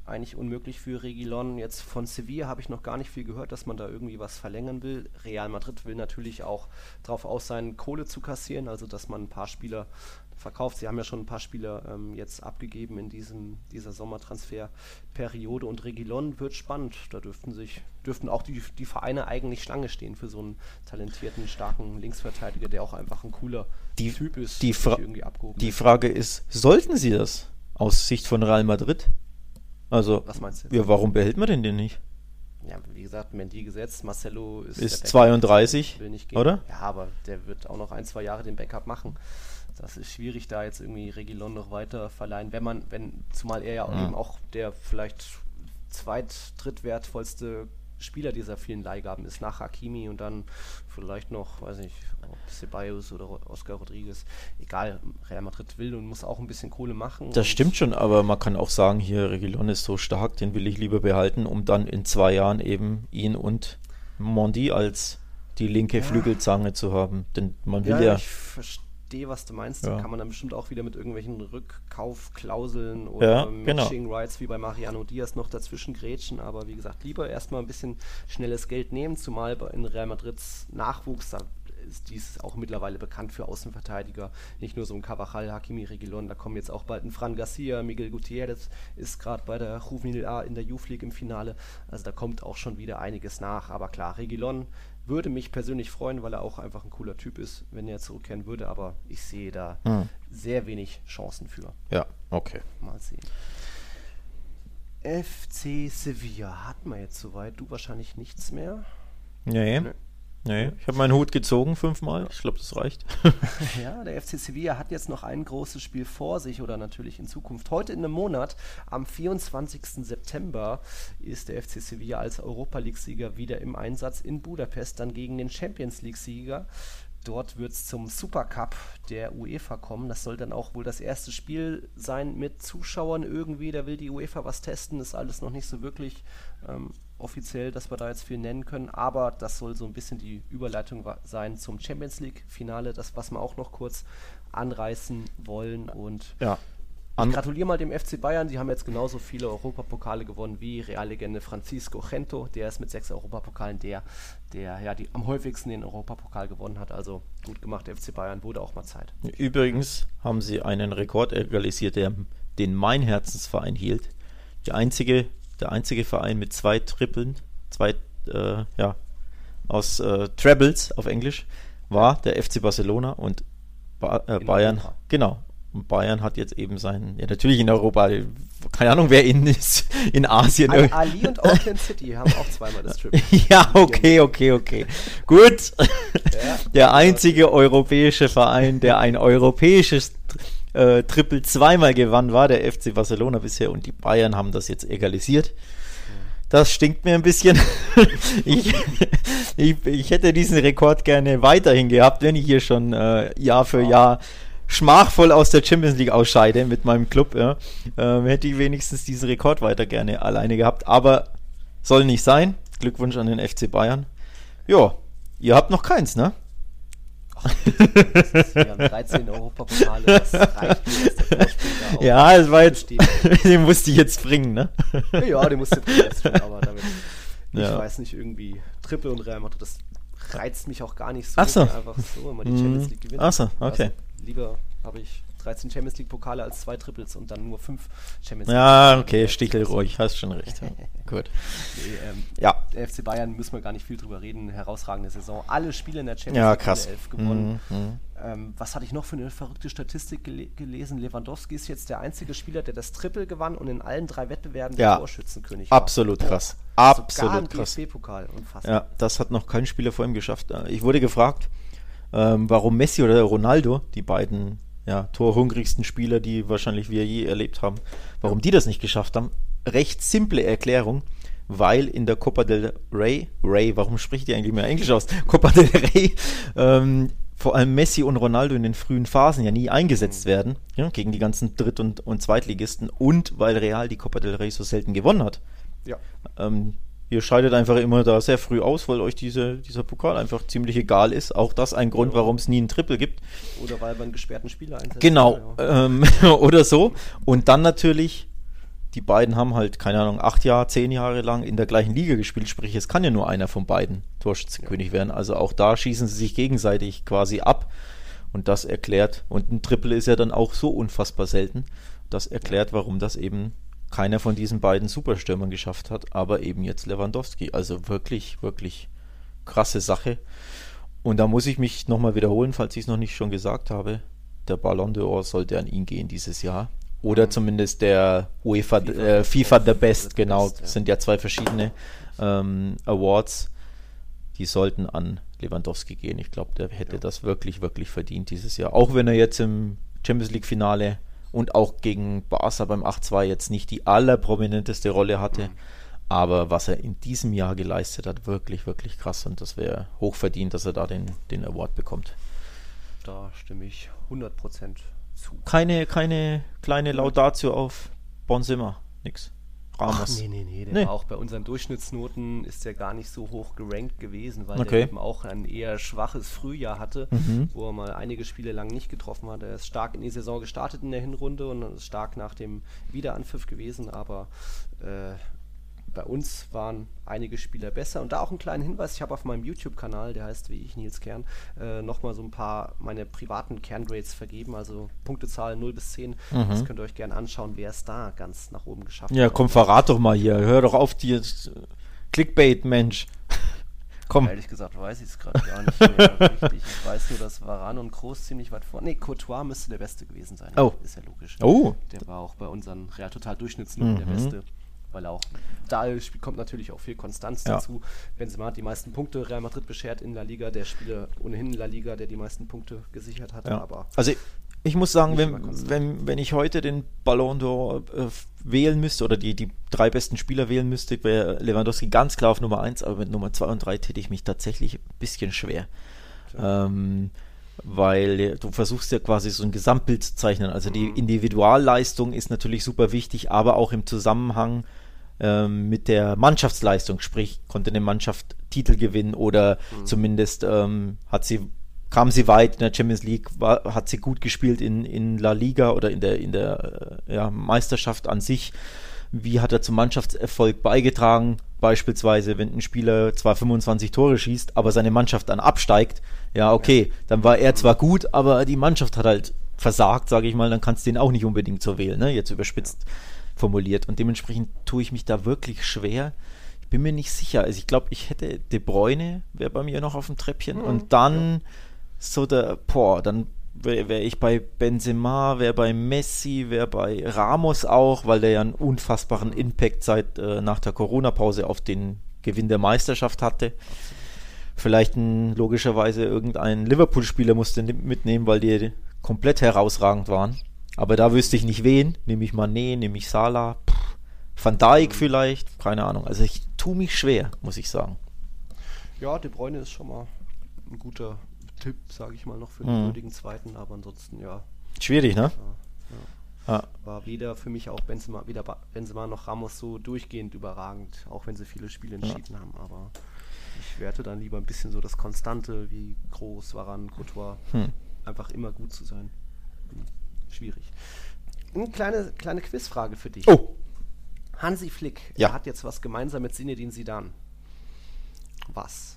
eigentlich unmöglich für Reguilón. Jetzt von Sevilla habe ich noch gar nicht viel gehört, dass man da irgendwie was verlängern will. Real Madrid will natürlich auch drauf aus sein, Kohle zu kassieren, also dass man ein paar Spieler verkauft. Sie haben ja schon ein paar Spieler ähm, jetzt abgegeben in diesem, dieser Sommertransferperiode und Reguilón wird spannend. Da dürften sich, dürften auch die, die Vereine eigentlich Schlange stehen für so einen talentierten, starken Linksverteidiger, der auch einfach ein cooler die, Typ ist. Die, Fra- irgendwie abgehoben die ist. Frage ist, sollten sie das aus Sicht von Real Madrid? Also, was meinst du? Ja, warum behält man den denn nicht? Ja, wie gesagt, Mendy gesetzt, Marcelo ist, ist zweiunddreißig, will nicht gehen. Oder? Ja, aber der wird auch noch ein, zwei Jahre den Backup machen. Das ist schwierig, da jetzt irgendwie Reguilón noch weiter verleihen, wenn man, wenn, zumal er ja Mhm. eben auch der vielleicht zweit-, drittwertvollste Spieler dieser vielen Leihgaben ist, nach Hakimi und dann vielleicht noch, weiß nicht, Ceballos oder Oscar Rodriguez. Egal, Real Madrid will und muss auch ein bisschen Kohle machen. Das stimmt schon, aber man kann auch sagen, hier Reguilón ist so stark, den will ich lieber behalten, um dann in zwei Jahren eben ihn und Mendy als die linke Ja. Flügelzange zu haben. Denn man will ja, ja... ich verstehe, was du meinst. Ja. Da kann man dann bestimmt auch wieder mit irgendwelchen Rückkaufklauseln oder Ja, genau. Matching Rights wie bei Mariano Diaz noch dazwischen grätschen, aber wie gesagt, lieber erstmal ein bisschen schnelles Geld nehmen, zumal bei- in Real Madrids Nachwuchs, da ist dies auch mittlerweile bekannt für Außenverteidiger, nicht nur so ein Carvajal, Hakimi, Reguilón, da kommen jetzt auch bald ein Fran Garcia, Miguel Gutierrez ist gerade bei der Juvenil A in der Youth League im Finale, also da kommt auch schon wieder einiges nach, aber klar, Reguilón würde mich persönlich freuen, weil er auch einfach ein cooler Typ ist, wenn er zurückkehren würde, aber ich sehe da Hm. sehr wenig Chancen für. Ja, okay. Mal sehen. F C Sevilla hatten wir jetzt soweit, du wahrscheinlich nichts mehr. Nee, Nee. nee. Ich habe meinen Hut gezogen fünfmal. Ich glaube, das reicht. Ja, der F C Sevilla hat jetzt noch ein großes Spiel vor sich oder natürlich in Zukunft. Heute in einem Monat, am vierundzwanzigsten September, ist der F C Sevilla als Europa-League-Sieger wieder im Einsatz in Budapest, dann gegen den Champions-League-Sieger. Dort wird es zum Supercup der UEFA kommen. Das soll dann auch wohl das erste Spiel sein mit Zuschauern irgendwie. Da will die UEFA was testen. Ist alles noch nicht so wirklich ähm, offiziell, dass wir da jetzt viel nennen können. Aber das soll so ein bisschen die Überleitung wa- sein zum Champions League-Finale. Das, was wir auch noch kurz anreißen wollen. Und Ja. ich gratuliere mal dem F C Bayern. Die haben jetzt genauso viele Europapokale gewonnen wie Reallegende Francisco Gento. Der ist mit sechs Europapokalen der, der ja die am häufigsten den Europapokal gewonnen hat. Also gut gemacht, F C Bayern. Wurde auch mal Zeit. Übrigens haben sie einen Rekord egalisiert, der den mein Herzensverein hielt. Die einzige, der einzige Verein mit zwei Trippeln, zwei, äh, ja, aus äh, Trebles auf Englisch, war der F C Barcelona und ba- äh, In Bayern. Europa. Genau. Und Bayern hat jetzt eben seinen, ja natürlich in Europa, keine Ahnung, wer in ist, in Asien. Al- Ali und Auckland City haben auch zweimal das Triple. Ja, okay, okay, okay. Gut. Ja. Der einzige europäische Verein, der ein europäisches äh, Triple zweimal gewann, war der F C Barcelona bisher und die Bayern haben das jetzt egalisiert. Das stinkt mir ein bisschen. ich, ich, ich hätte diesen Rekord gerne weiterhin gehabt, wenn ich hier schon äh, Jahr für Jahr schmachvoll aus der Champions League ausscheide mit meinem Club. Ja. Ähm, hätte ich wenigstens diesen Rekord weiter gerne alleine gehabt, aber soll nicht sein. Glückwunsch an den F C Bayern. Ja, ihr habt noch keins, ne? Wir haben dreizehn Europapokale, das reicht mir, dass der Vorsprung da auch Ja, es war jetzt, besteht. den musste ich jetzt bringen, ne? Ja, den musst du drin lassen, aber damit, ich Ja. weiß nicht, irgendwie Triple und Real Madrid, das reizt mich auch gar nicht so. Ach so. Einfach so, wenn man die Champions League gewinnt. Ach so, okay. Also, lieber habe ich dreizehn Champions League Pokale als zwei Triples und dann nur fünf Champions League Ja, Pokale. okay, Stichel ruhig, hast schon recht. Ja. Gut. Nee, ähm, Ja. der F C Bayern müssen wir gar nicht viel drüber reden. Herausragende Saison. Alle Spiele in der Champions Ja, League krass. elf gewonnen. Mhm, mhm. Ähm, was hatte ich noch für eine verrückte Statistik gele gelesen? Lewandowski ist jetzt der einzige Spieler, der das Triple gewann und in allen drei Wettbewerben Ja. der Torschützenkönig war. Absolut krass. Sogar Absolut im krass. D F B-Pokal. Unfassbar. Ja, das hat noch kein Spieler vor ihm geschafft. Äh, Ich wurde gefragt, ähm, warum Messi oder Ronaldo, die beiden ja, torhungrigsten Spieler, die wahrscheinlich wir je erlebt haben, warum die das nicht geschafft haben. Recht simple Erklärung, weil in der Copa del Rey, Rey, warum spricht die eigentlich mehr Englisch aus? Copa del Rey, ähm, vor allem Messi und Ronaldo in den frühen Phasen ja nie eingesetzt werden, ja, gegen die ganzen Dritt- und, und Zweitligisten und weil Real die Copa del Rey so selten gewonnen hat. Ja. Ähm, ihr scheidet einfach immer da sehr früh aus, weil euch diese, dieser Pokal einfach ziemlich egal ist. Auch das ein Grund, Ja. warum es nie ein Triple gibt. Oder weil man einen gesperrten Spieler einsetzt. Genau, Ja. ähm, oder so. Und dann natürlich die beiden haben halt, keine Ahnung, acht Jahre, zehn Jahre lang in der gleichen Liga gespielt, sprich, es kann ja nur einer von beiden Torschützenkönig ja. werden. Also auch da schießen sie sich gegenseitig quasi ab und das erklärt, und ein Triple ist ja dann auch so unfassbar selten, das erklärt, warum das eben keiner von diesen beiden Superstürmern geschafft hat, aber eben jetzt Lewandowski. Also wirklich, wirklich krasse Sache. Und da muss ich mich nochmal wiederholen, falls ich es noch nicht schon gesagt habe, der Ballon d'Or sollte an ihn gehen dieses Jahr. Oder zumindest der UEFA, FIFA, äh, FIFA The Best, genau. Best, ja. Das sind ja zwei verschiedene ähm, Awards. Die sollten an Lewandowski gehen. Ich glaube, der hätte ja. das wirklich, wirklich verdient dieses Jahr. Auch wenn er jetzt im Champions League Finale und auch gegen Barca beim acht zwei jetzt nicht die allerprominenteste Rolle hatte. Mhm. Aber was er in diesem Jahr geleistet hat, wirklich, wirklich krass. Und das wäre hochverdient, dass er da den, den Award bekommt. Da stimme ich hundert Prozent zu. Keine, keine kleine Laudatio auf Benzema, nix. Ramos. Ach, nee, nee, nee, der nee. war auch bei unseren Durchschnittsnoten ist der gar nicht so hoch gerankt gewesen, weil okay. der eben auch ein eher schwaches Frühjahr hatte, mhm. wo er mal einige Spiele lang nicht getroffen hat. Er ist stark in die Saison gestartet in der Hinrunde und ist stark nach dem Wiederanpfiff gewesen, aber äh, bei uns waren einige Spieler besser. Und da auch einen kleinen Hinweis, ich habe auf meinem YouTube-Kanal, der heißt wie ich, Nils Kern, äh, nochmal so ein paar meine privaten Kerngrades vergeben, also Punktezahl null bis zehn. Mhm. Das könnt ihr euch gerne anschauen, wer es da ganz nach oben geschafft ja, hat. Ja, komm, verrat doch mal hier. Hör doch auf, die Clickbait, Mensch. Komm. Ehrlich gesagt weiß ich es gerade gar nicht mehr richtig. Ich weiß nur, dass Varane und Kroos ziemlich weit vor. Ne, Courtois müsste der Beste gewesen sein. Oh. Ist ja logisch. Oh. Der war auch bei unseren Real Total Durchschnittsnoten mhm. der Beste. Weil auch da kommt natürlich auch viel Konstanz ja. dazu. Benzema hat die meisten Punkte Real Madrid beschert in La Liga, der Spieler ohnehin in La Liga, der die meisten Punkte gesichert hat. Ja. Aber also ich muss sagen, wenn, wenn, wenn ich heute den Ballon d'Or äh, wählen müsste oder die, die drei besten Spieler wählen müsste, wäre Lewandowski ganz klar auf Nummer eins, aber mit Nummer zwei und drei täte ich mich tatsächlich ein bisschen schwer. Ähm, weil du versuchst ja quasi so ein Gesamtbild zu zeichnen. Also die Individualleistung ist natürlich super wichtig, aber auch im Zusammenhang ähm, mit der Mannschaftsleistung, sprich, konnte eine Mannschaft Titel gewinnen oder mhm. zumindest ähm, hat sie, kam sie weit in der Champions League, war, hat sie gut gespielt in, in La Liga oder in der, in der äh, ja, Meisterschaft an sich. Wie hat er zum Mannschaftserfolg beigetragen? Beispielsweise, wenn ein Spieler zwar fünfundzwanzig Tore schießt, aber seine Mannschaft dann absteigt, ja okay, dann war er zwar gut, aber die Mannschaft hat halt versagt, sage ich mal, dann kannst du den auch nicht unbedingt so wählen, ne? Jetzt überspitzt formuliert. Und dementsprechend tue ich mich da wirklich schwer. Ich bin mir nicht sicher. Also ich glaube, ich hätte De Bruyne, wäre bei mir noch auf dem Treppchen. Mhm. Und dann ja. so der, boah, dann wäre wär ich bei Benzema, wäre bei Messi, wäre bei Ramos auch, weil der ja einen unfassbaren Impact seit äh, nach der Corona-Pause auf den Gewinn der Meisterschaft hatte. Vielleicht ein, logischerweise irgendein Liverpool-Spieler musste mitnehmen, weil die komplett herausragend waren. Aber da wüsste ich nicht wen. Nehme ich Mané, nehme ich Salah, pff, Van Dijk vielleicht, keine Ahnung. Also ich tue mich schwer, muss ich sagen. Ja, De Bruyne ist schon mal ein guter Tipp, sage ich mal, noch für den mhm. würdigen Zweiten, aber ansonsten, ja. Schwierig, ne? Ja, ja. Ah. War weder für mich auch Benzema, weder Benzema noch Ramos so durchgehend überragend, auch wenn sie viele Spiele entschieden ja. haben, aber ich werte dann lieber ein bisschen so das Konstante, wie Kroos, Varane, Courtois, hm. einfach immer gut zu sein. Schwierig. Eine kleine, kleine Quizfrage für dich. Oh. Hansi Flick, ja. er hat jetzt was gemeinsam mit Zinedine Zidane. Was?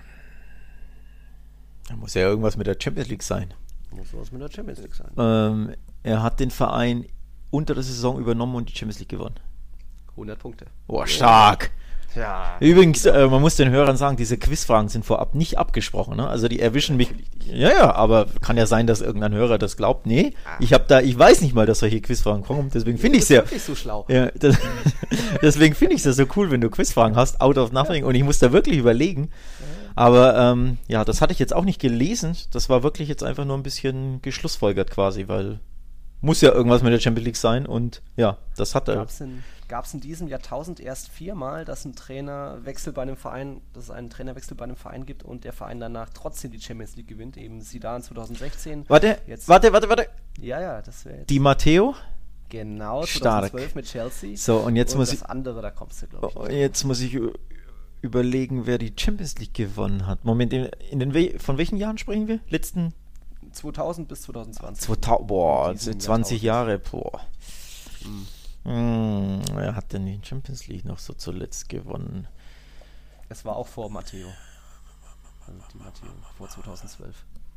Da muss ja irgendwas mit der Champions League sein. Muss was mit der Champions League sein. Ähm, er hat den Verein unter der Saison übernommen und die Champions League gewonnen. hundert Punkte. Oh, stark. Ja. Übrigens, äh, man muss den Hörern sagen, diese Quizfragen sind vorab nicht abgesprochen. Ne? Also die erwischen mich. Ja, ja, aber kann ja sein, dass irgendein Hörer das glaubt. Nee, ah. ich habe da, ich weiß nicht mal, dass solche Quizfragen kommen. Deswegen finde ich es ja. Wirklich so schlau. Ja, das, deswegen finde ich es ja so cool, wenn du Quizfragen hast, out of nothing. Ja. Und ich muss da wirklich überlegen. Aber ähm, ja, das hatte ich jetzt auch nicht gelesen. Das war wirklich jetzt einfach nur ein bisschen geschlussfolgert quasi, weil muss ja irgendwas mit der Champions League sein. Und ja, das hat er. Gab's in Gab es in diesem Jahrtausend erst viermal, dass ein Trainerwechsel bei einem Verein, dass es einen Trainerwechsel bei einem Verein gibt und der Verein danach trotzdem die Champions League gewinnt, eben Zidane zwanzig sechzehn. Warte, jetzt, warte, warte, warte. Ja, ja, das wäre jetzt. Di Matteo? Genau, Stark. zweitausendzwölf mit Chelsea. So, und jetzt und muss das ich. andere, da kommst du, glaube ich. Oh, jetzt muss ich überlegen, wer die Champions League gewonnen hat. Moment, in, in den We- von welchen Jahren sprechen wir? Letzten? zweitausend bis zwanzig zwanzig. zweitausend, boah, zwanzig Jahre, boah. Hm. Hm, wer hat denn die Champions League noch so zuletzt gewonnen? Es war auch vor Matteo. Also die Matteo vor zweitausendzwölf.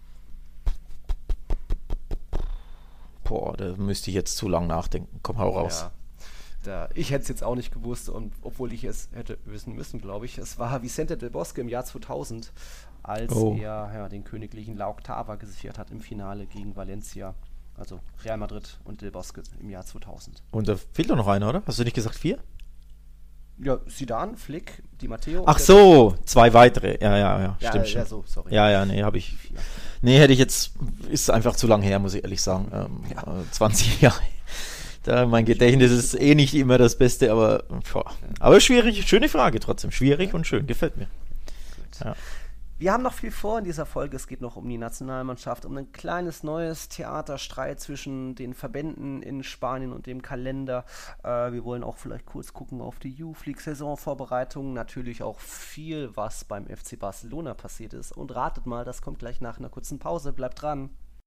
Boah, da müsste ich jetzt zu lang nachdenken. Komm, hau raus. Ja. Da, ich hätte es jetzt auch nicht gewusst, und obwohl ich es hätte wissen müssen, glaube ich. Es war Vicente del Bosque im Jahr zweitausend, als oh. er ja, den königlichen La Octava gesichert hat im Finale gegen Valencia. Also Real Madrid und del Bosque im Jahr zweitausend. Und da fehlt doch noch einer, oder? Hast du nicht gesagt vier? Ja, Zidane, Flick, Di Matteo. Ach so, zwei weitere. Ja, ja, ja, ja stimmt ja, schon. So, sorry. Ja, ja, nee, habe ich. Nee, hätte ich jetzt, ist einfach zu lang her, muss ich ehrlich sagen. Ähm, Ja. äh, zwanzig Jahre. Da, mein Gedächtnis ist eh nicht immer das Beste, aber boah. Aber schwierig, schöne Frage trotzdem. Schwierig und schön, gefällt mir. Gut. Ja. Wir haben noch viel vor in dieser Folge. Es geht noch um die Nationalmannschaft, um ein kleines neues Theaterstreit zwischen den Verbänden in Spanien und dem Kalender. Äh, wir wollen auch vielleicht kurz gucken auf die Youth League Saisonvorbereitungen. Natürlich auch viel, was beim F C Barcelona passiert ist. Und ratet mal, das kommt gleich nach einer kurzen Pause. Bleibt dran.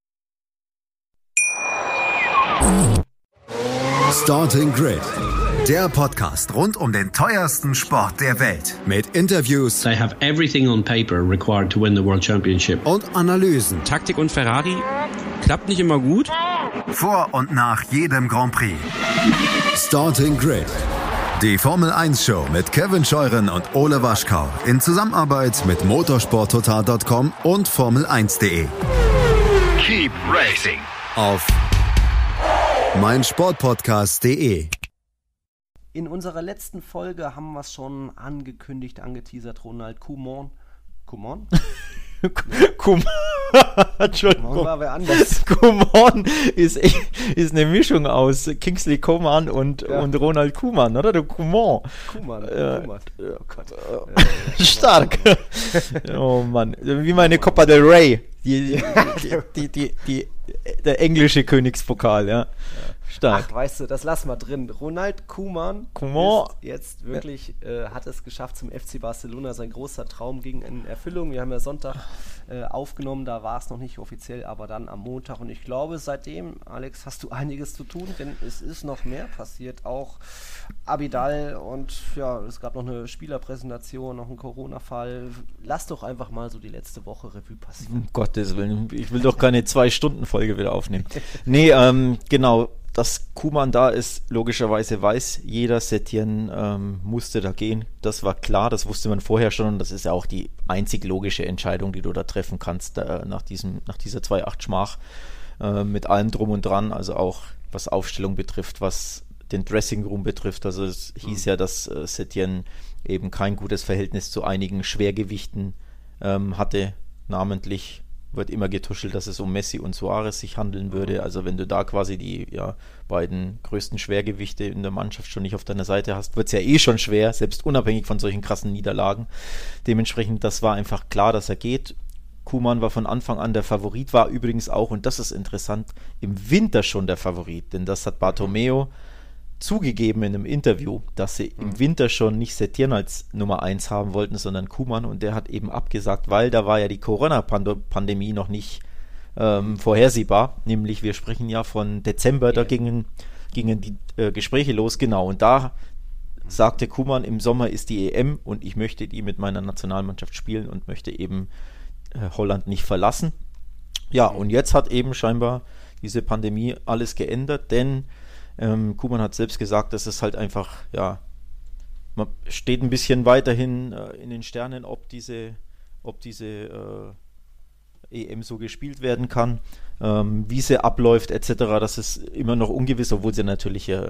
Starting Grid, der Podcast rund um den teuersten Sport der Welt. Mit Interviews They have everything on paper required to win the World Championship. und Analysen Taktik und Ferrari klappt nicht immer gut. vor und nach jedem Grand Prix. Starting Grid, die Formel eins Show mit Kevin Scheuren und Ole Waschkau in Zusammenarbeit mit motorsport total Punkt com und Formel eins Punkt de. Keep racing auf meinsportpodcast Punkt de. In unserer letzten Folge haben wir es schon angekündigt, angeteasert. Ronald Koeman. Koeman? Koeman. Entschuldigung. Koeman war wer anders. Koeman ist, ist eine Mischung aus Kingsley Coman und, Ja. und Ronald Koeman, oder? Der Koeman. Koeman. Äh, Koeman. Oh Gott. Äh, Stark. Oh Mann. Wie meine Copa del Rey. Die, die, die, die, die, der englische Königspokal, ja. Stark. Ach, weißt du, das lass mal drin. Ronald Koeman, Koeman. ist jetzt wirklich, äh, hat es geschafft, zum F C Barcelona. Sein großer Traum ging in Erfüllung. Wir haben ja Sonntag äh, aufgenommen, da war es noch nicht offiziell, aber dann am Montag. Und ich glaube, seitdem, Alex, hast du einiges zu tun, denn es ist noch mehr passiert. Auch Abidal und ja, es gab noch eine Spielerpräsentation, noch einen Corona-Fall. Lass doch einfach mal so die letzte Woche Revue passieren. Um Gottes Willen, ich will doch keine Zwei-Stunden-Folge wieder aufnehmen. Nee, ähm, genau, dass Koeman da ist, logischerweise weiß jeder, Setien ähm, musste da gehen. Das war klar, das wusste man vorher schon und das ist ja auch die einzig logische Entscheidung, die du da treffen kannst, äh, nach, diesem, nach dieser zwei Komma acht Schmach, äh, mit allem drum und dran, also auch was Aufstellung betrifft, was den Dressing Room betrifft. Also es hieß ja, dass äh, Setien eben kein gutes Verhältnis zu einigen Schwergewichten ähm, hatte, namentlich wird immer getuschelt, dass es um Messi und Suarez sich handeln würde. Also wenn du da quasi die ja, beiden größten Schwergewichte in der Mannschaft schon nicht auf deiner Seite hast, wird es ja eh schon schwer, selbst unabhängig von solchen krassen Niederlagen. Dementsprechend, das war einfach klar, dass er geht. Koeman war von Anfang an der Favorit, war übrigens auch, und das ist interessant, im Winter schon der Favorit, denn das hat Bartomeu zugegeben in einem Interview, dass sie im Winter schon nicht Setien als Nummer eins haben wollten, sondern Koeman, und der hat eben abgesagt, weil da war ja die Corona-Pandemie noch nicht ähm, vorhersehbar, nämlich wir sprechen ja von Dezember, da gingen, gingen die äh, Gespräche los, genau, und da sagte Koeman, im Sommer ist die E M und ich möchte die mit meiner Nationalmannschaft spielen und möchte eben äh, Holland nicht verlassen. Ja, und jetzt hat eben scheinbar diese Pandemie alles geändert, denn Ähm, Koeman hat selbst gesagt, dass es halt einfach, ja, man steht ein bisschen weiterhin äh, in den Sternen, ob diese, ob diese äh, E M so gespielt werden kann, ähm, wie sie abläuft et cetera. Das ist immer noch ungewiss, obwohl sie natürlich äh,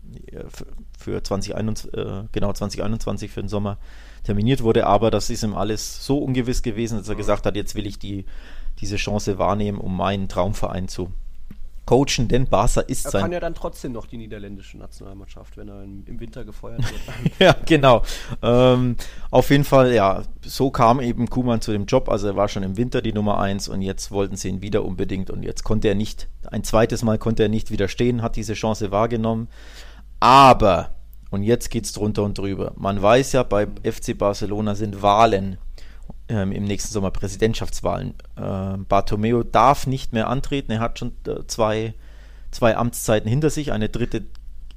für zwanzig einundzwanzig, äh, genau zwanzig einundzwanzig für den Sommer terminiert wurde, aber das ist ihm alles so ungewiss gewesen, dass er gesagt hat, jetzt will ich die, diese Chance wahrnehmen, um meinen Traumverein zu coachen, denn Barca ist Er sein... kann ja dann trotzdem noch die niederländische Nationalmannschaft, wenn er im, im Winter gefeuert wird. Ja, genau. Ähm, auf jeden Fall, ja, so kam eben Koeman zu dem Job, also er war schon im Winter die Nummer eins und jetzt wollten sie ihn wieder unbedingt und jetzt konnte er nicht, ein zweites Mal konnte er nicht widerstehen, hat diese Chance wahrgenommen, aber, und jetzt geht's drunter und drüber, man weiß ja, bei F C Barcelona sind Wahlen ähm, im nächsten Sommer, Präsidentschaftswahlen. Ähm, Bartomeu darf nicht mehr antreten, er hat schon äh, zwei, zwei Amtszeiten hinter sich, eine dritte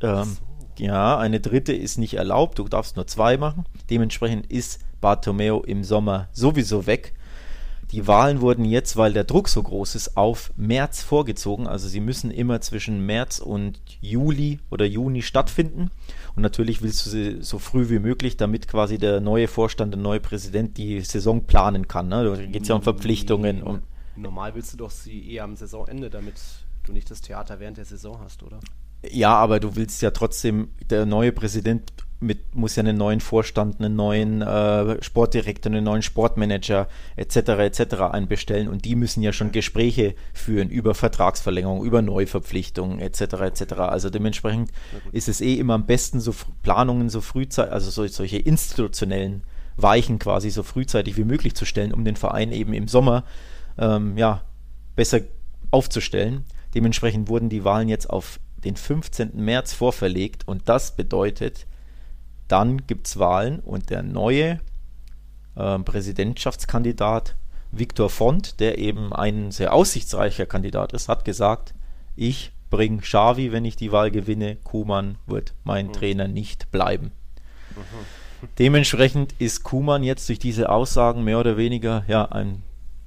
Ähm, so. Ja, eine dritte ist nicht erlaubt, du darfst nur zwei machen. Dementsprechend ist Bartomeu im Sommer sowieso weg. Die Wahlen wurden jetzt, weil der Druck so groß ist, auf März vorgezogen. Also sie müssen immer zwischen März und Juli oder Juni stattfinden. Und natürlich willst du sie so früh wie möglich, damit quasi der neue Vorstand, der neue Präsident die Saison planen kann. Ne? Da geht es ja um Verpflichtungen. Um Normal willst du doch sie eher am Saisonende, damit du nicht das Theater während der Saison hast, oder? Ja, aber du willst ja trotzdem, der neue Präsident mit, muss ja einen neuen Vorstand, einen neuen äh, Sportdirektor, einen neuen Sportmanager et cetera et cetera einbestellen und die müssen ja schon Gespräche führen über Vertragsverlängerung, über Neuverpflichtungen et cetera et cetera. Also dementsprechend ist es eh immer am besten, so Planungen so frühzeitig, also so, solche institutionellen Weichen quasi so frühzeitig wie möglich zu stellen, um den Verein eben im Sommer ähm, ja, besser aufzustellen. Dementsprechend wurden die Wahlen jetzt auf den fünfzehnten März vorverlegt und das bedeutet, dann gibt es Wahlen und der neue äh, Präsidentschaftskandidat Victor Font, der eben ein sehr aussichtsreicher Kandidat ist, hat gesagt, ich bringe Xavi, wenn ich die Wahl gewinne, Koeman wird mein mhm. Trainer nicht bleiben. Mhm. Dementsprechend ist Koeman jetzt durch diese Aussagen mehr oder weniger ja ein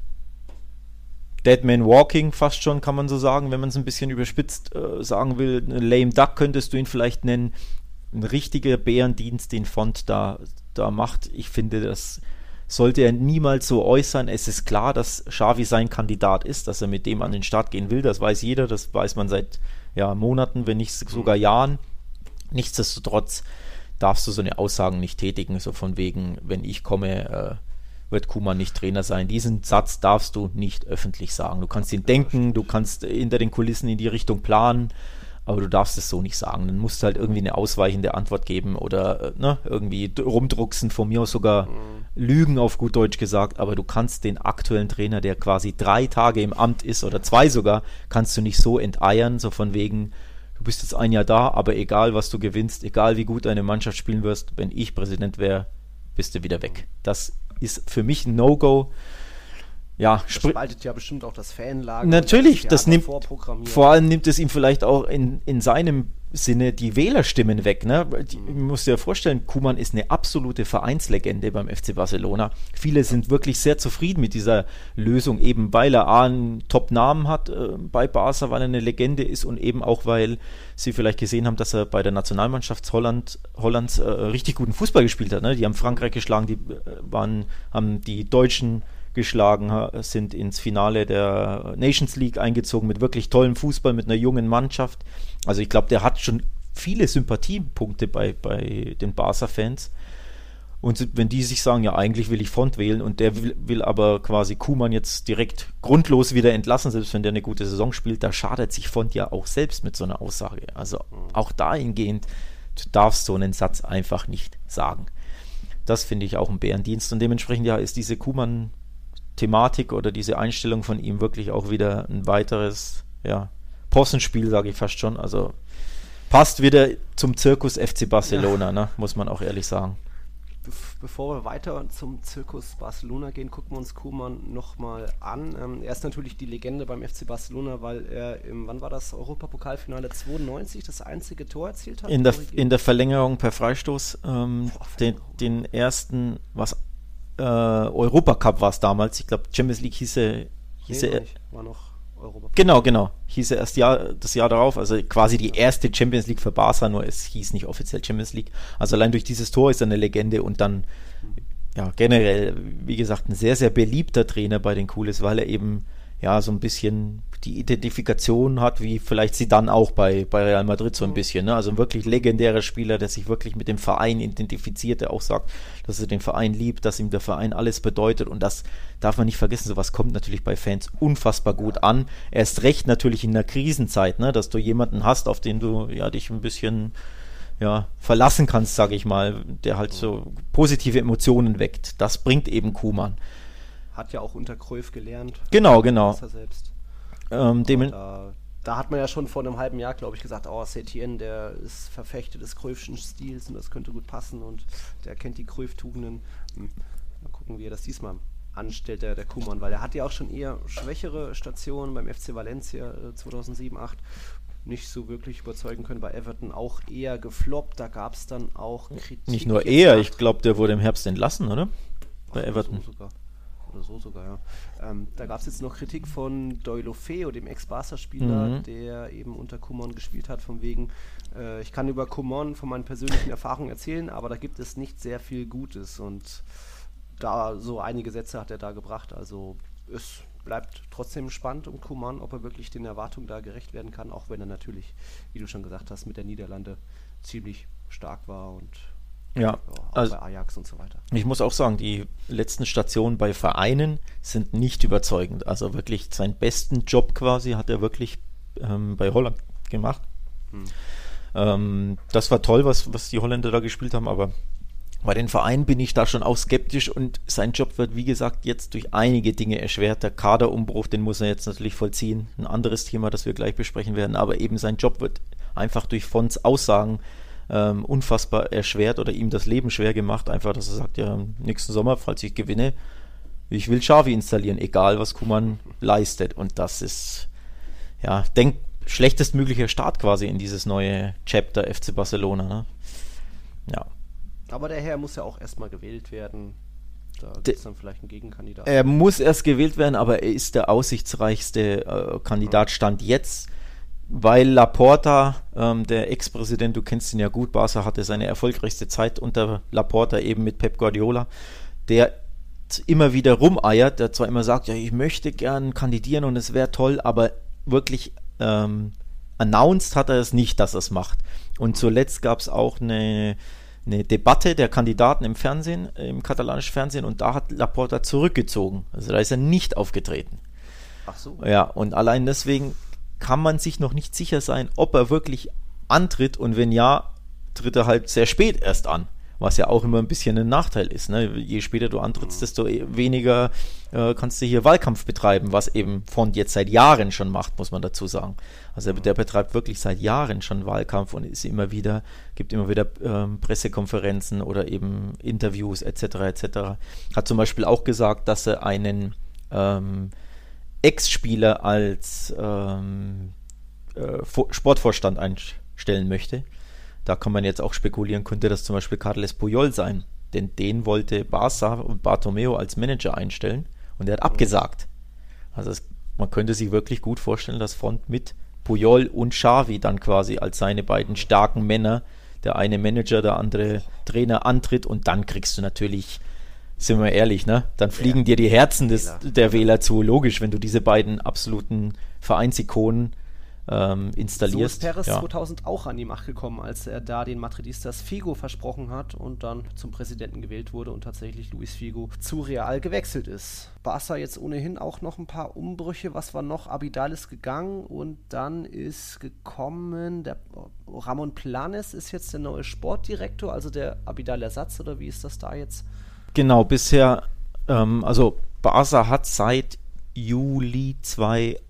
Dead Man Walking fast schon, kann man so sagen, wenn man es ein bisschen überspitzt äh, sagen will. Eine Lame Duck könntest du ihn vielleicht nennen. Ein richtiger Bärendienst, den Font da, da macht. Ich finde, das sollte er niemals so äußern. Es ist klar, dass Xavi sein Kandidat ist, dass er mit dem an den Start gehen will. Das weiß jeder, das weiß man seit ja, Monaten, wenn nicht sogar Jahren. Nichtsdestotrotz darfst du so eine Aussagen nicht tätigen, so von wegen, wenn ich komme, äh, wird Koeman nicht Trainer sein. Diesen Satz darfst du nicht öffentlich sagen. Du kannst ihn denken, du kannst hinter den Kulissen in die Richtung planen, aber du darfst es so nicht sagen. Dann musst du halt irgendwie eine ausweichende Antwort geben oder ne, irgendwie rumdrucksen, von mir aus sogar mhm. lügen, auf gut Deutsch gesagt, aber du kannst den aktuellen Trainer, der quasi drei Tage im Amt ist oder zwei sogar, kannst du nicht so enteiern, so von wegen, du bist jetzt ein Jahr da, aber egal, was du gewinnst, egal, wie gut deine Mannschaft spielen wirst, wenn ich Präsident wäre, bist du wieder weg. Das ist für mich ein No-Go. Ja, das spaltet ja bestimmt auch das Fanlager. Natürlich, das, das nimmt, vor allem nimmt es ihm vielleicht auch in, in seinem Sinne die Wählerstimmen weg. Ne? Die, mhm. musst dir ja vorstellen, Koeman ist eine absolute Vereinslegende beim F C Barcelona. Viele sind wirklich sehr zufrieden mit dieser Lösung, eben weil er A, einen Top-Namen hat äh, bei Barca, weil er eine Legende ist und eben auch, weil sie vielleicht gesehen haben, dass er bei der Nationalmannschaft Holland, Hollands äh, richtig guten Fußball gespielt hat. Ne? Die haben Frankreich geschlagen, die äh, waren, haben die Deutschen geschlagen, sind ins Finale der Nations League eingezogen mit wirklich tollem Fußball, mit einer jungen Mannschaft. Also ich glaube, der hat schon viele Sympathiepunkte bei, bei den Barca-Fans. Und wenn die sich sagen, ja, eigentlich will ich Font wählen und der will, will aber quasi Koeman jetzt direkt grundlos wieder entlassen, selbst wenn der eine gute Saison spielt, da schadet sich Font ja auch selbst mit so einer Aussage. Also auch dahingehend, du darfst so einen Satz einfach nicht sagen. Das finde ich auch ein Bärendienst und dementsprechend ja ist diese Koeman Thematik oder diese Einstellung von ihm wirklich auch wieder ein weiteres ja, Possenspiel, sage ich fast schon. Also passt wieder zum Zirkus F C Barcelona, ja. ne? Muss man auch ehrlich sagen. Be- bevor wir weiter zum Zirkus Barcelona gehen, gucken wir uns Koeman nochmal an. Ähm, er ist natürlich die Legende beim F C Barcelona, weil er im, wann war das, Europapokalfinale zweiundneunzig das einzige Tor erzielt hat? In der, in der Verlängerung per Freistoß ähm, Boah, den, den ersten, was Äh, Europacup war es damals. Ich glaube, Champions League hieße, hieße nee, war noch Europa. Genau, genau. Hieße erst Jahr, das Jahr darauf, also quasi die erste Champions League für Barca, nur es hieß nicht offiziell Champions League. Also allein durch dieses Tor ist er eine Legende und dann, mhm. ja, generell, wie gesagt, ein sehr, sehr beliebter Trainer bei den Coolers, weil er eben, ja, so ein bisschen die Identifikation hat, wie vielleicht sie dann auch bei, bei Real Madrid so ein bisschen, ne? Also ein wirklich legendärer Spieler, der sich wirklich mit dem Verein identifiziert, der auch sagt, dass er den Verein liebt, dass ihm der Verein alles bedeutet und das darf man nicht vergessen, sowas kommt natürlich bei Fans unfassbar gut an. Erst recht natürlich in einer Krisenzeit, ne? Dass du jemanden hast, auf den du ja dich ein bisschen ja, verlassen kannst, sage ich mal, der halt so positive Emotionen weckt. Das bringt eben Koeman. Hat ja auch unter Cruyff gelernt. Genau, genau. Er selbst. Ähm, dem da, da hat man ja schon vor einem halben Jahr, glaube ich, gesagt, oh, Setien, der ist Verfechter des Cruyffschen Stils und das könnte gut passen und der kennt die Cruyff-Tugenden. Hm. Mal gucken, wie er das diesmal anstellt, der, der Koeman, weil er hat ja auch schon eher schwächere Stationen beim F C Valencia äh, zweitausendsieben acht. nicht so wirklich überzeugen können. Bei Everton auch eher gefloppt. Da gab es dann auch Kritik. Nicht nur eher, ich glaube, der wurde im Herbst entlassen, oder? Bei Ach, Everton. So sogar. Oder so sogar, ja. Ähm, da gab es jetzt noch Kritik von Deulofeu, dem Ex-Barca-Spieler, mhm. der eben unter Koeman gespielt hat, von wegen, äh, ich kann über Koeman von meinen persönlichen Erfahrungen erzählen, aber da gibt es nicht sehr viel Gutes und da so einige Sätze hat er da gebracht, also es bleibt trotzdem spannend um Koeman, ob er wirklich den Erwartungen da gerecht werden kann, auch wenn er natürlich, wie du schon gesagt hast, mit der Niederlande ziemlich stark war und ja, auch also bei Ajax und so weiter. Ich muss auch sagen, die letzten Stationen bei Vereinen sind nicht überzeugend. Also wirklich seinen besten Job quasi hat er wirklich ähm, bei Holland gemacht. Hm. Ähm, das war toll, was, was die Holländer da gespielt haben, aber bei den Vereinen bin ich da schon auch skeptisch und sein Job wird, wie gesagt, jetzt durch einige Dinge erschwert. Der Kaderumbruch, den muss er jetzt natürlich vollziehen. Ein anderes Thema, das wir gleich besprechen werden, aber eben sein Job wird einfach durch Fonds Aussagen ähm, unfassbar erschwert oder ihm das Leben schwer gemacht. Einfach, dass er sagt, ja, nächsten Sommer, falls ich gewinne, ich will Xavi installieren, egal was Koeman leistet. Und das ist, ja, denk, schlechtestmöglicher Start quasi in dieses neue Chapter F C Barcelona. Ne? Ja. Aber der Herr muss ja auch erstmal gewählt werden. Da gibt es dann vielleicht einen Gegenkandidaten. Er muss erst gewählt werden, aber er ist der aussichtsreichste äh, Kandidat Stand jetzt, weil Laporta, ähm, der Ex-Präsident, du kennst ihn ja gut, Barca hatte seine erfolgreichste Zeit unter Laporta eben mit Pep Guardiola, der immer wieder rumeiert, der zwar immer sagt, ja, ich möchte gern kandidieren und es wäre toll, aber wirklich ähm, announced hat er es nicht, dass er es macht. Und zuletzt gab es auch eine eine Debatte der Kandidaten im Fernsehen, im katalanischen Fernsehen, und da hat Laporta zurückgezogen. Also da ist er nicht aufgetreten. Ach so. Ja, und allein deswegen kann man sich noch nicht sicher sein, ob er wirklich antritt, und wenn ja, tritt er halt sehr spät erst an, was ja auch immer ein bisschen ein Nachteil ist. Ne? Je später du antrittst, desto weniger äh, kannst du hier Wahlkampf betreiben, was eben Font jetzt seit Jahren schon macht, muss man dazu sagen. Also der, der betreibt wirklich seit Jahren schon Wahlkampf und ist immer wieder, gibt immer wieder ähm, Pressekonferenzen oder eben Interviews et cetera et cetera. Hat zum Beispiel auch gesagt, dass er einen ähm, Ex-Spieler als ähm, äh, Sportvorstand einstellen möchte. Da kann man jetzt auch spekulieren, könnte das zum Beispiel Carles Puyol sein, denn den wollte Barca und Bartomeu als Manager einstellen und er hat abgesagt. Also es, man könnte sich wirklich gut vorstellen, dass Font mit Puyol und Xavi dann quasi als seine beiden starken Männer, der eine Manager, der andere Trainer, antritt, und dann kriegst du natürlich, sind wir ehrlich, ne? Dann fliegen ja. dir die Herzen des, der Wähler zu, logisch, wenn du diese beiden absoluten Vereinsikonen Ähm, installierst. So ist Perez ja. zweitausend auch an die Macht gekommen, als er da den Madridistas Figo versprochen hat und dann zum Präsidenten gewählt wurde und tatsächlich Luis Figo zu Real gewechselt ist. Barca jetzt ohnehin auch noch ein paar Umbrüche. Was war noch? Abidal ist gegangen und dann ist gekommen, der Ramon Planes ist jetzt der neue Sportdirektor, also der Abidal-Ersatz, oder wie ist das da jetzt? Genau, bisher, ähm, also Barca hat seit Juli zweitausendneunzehn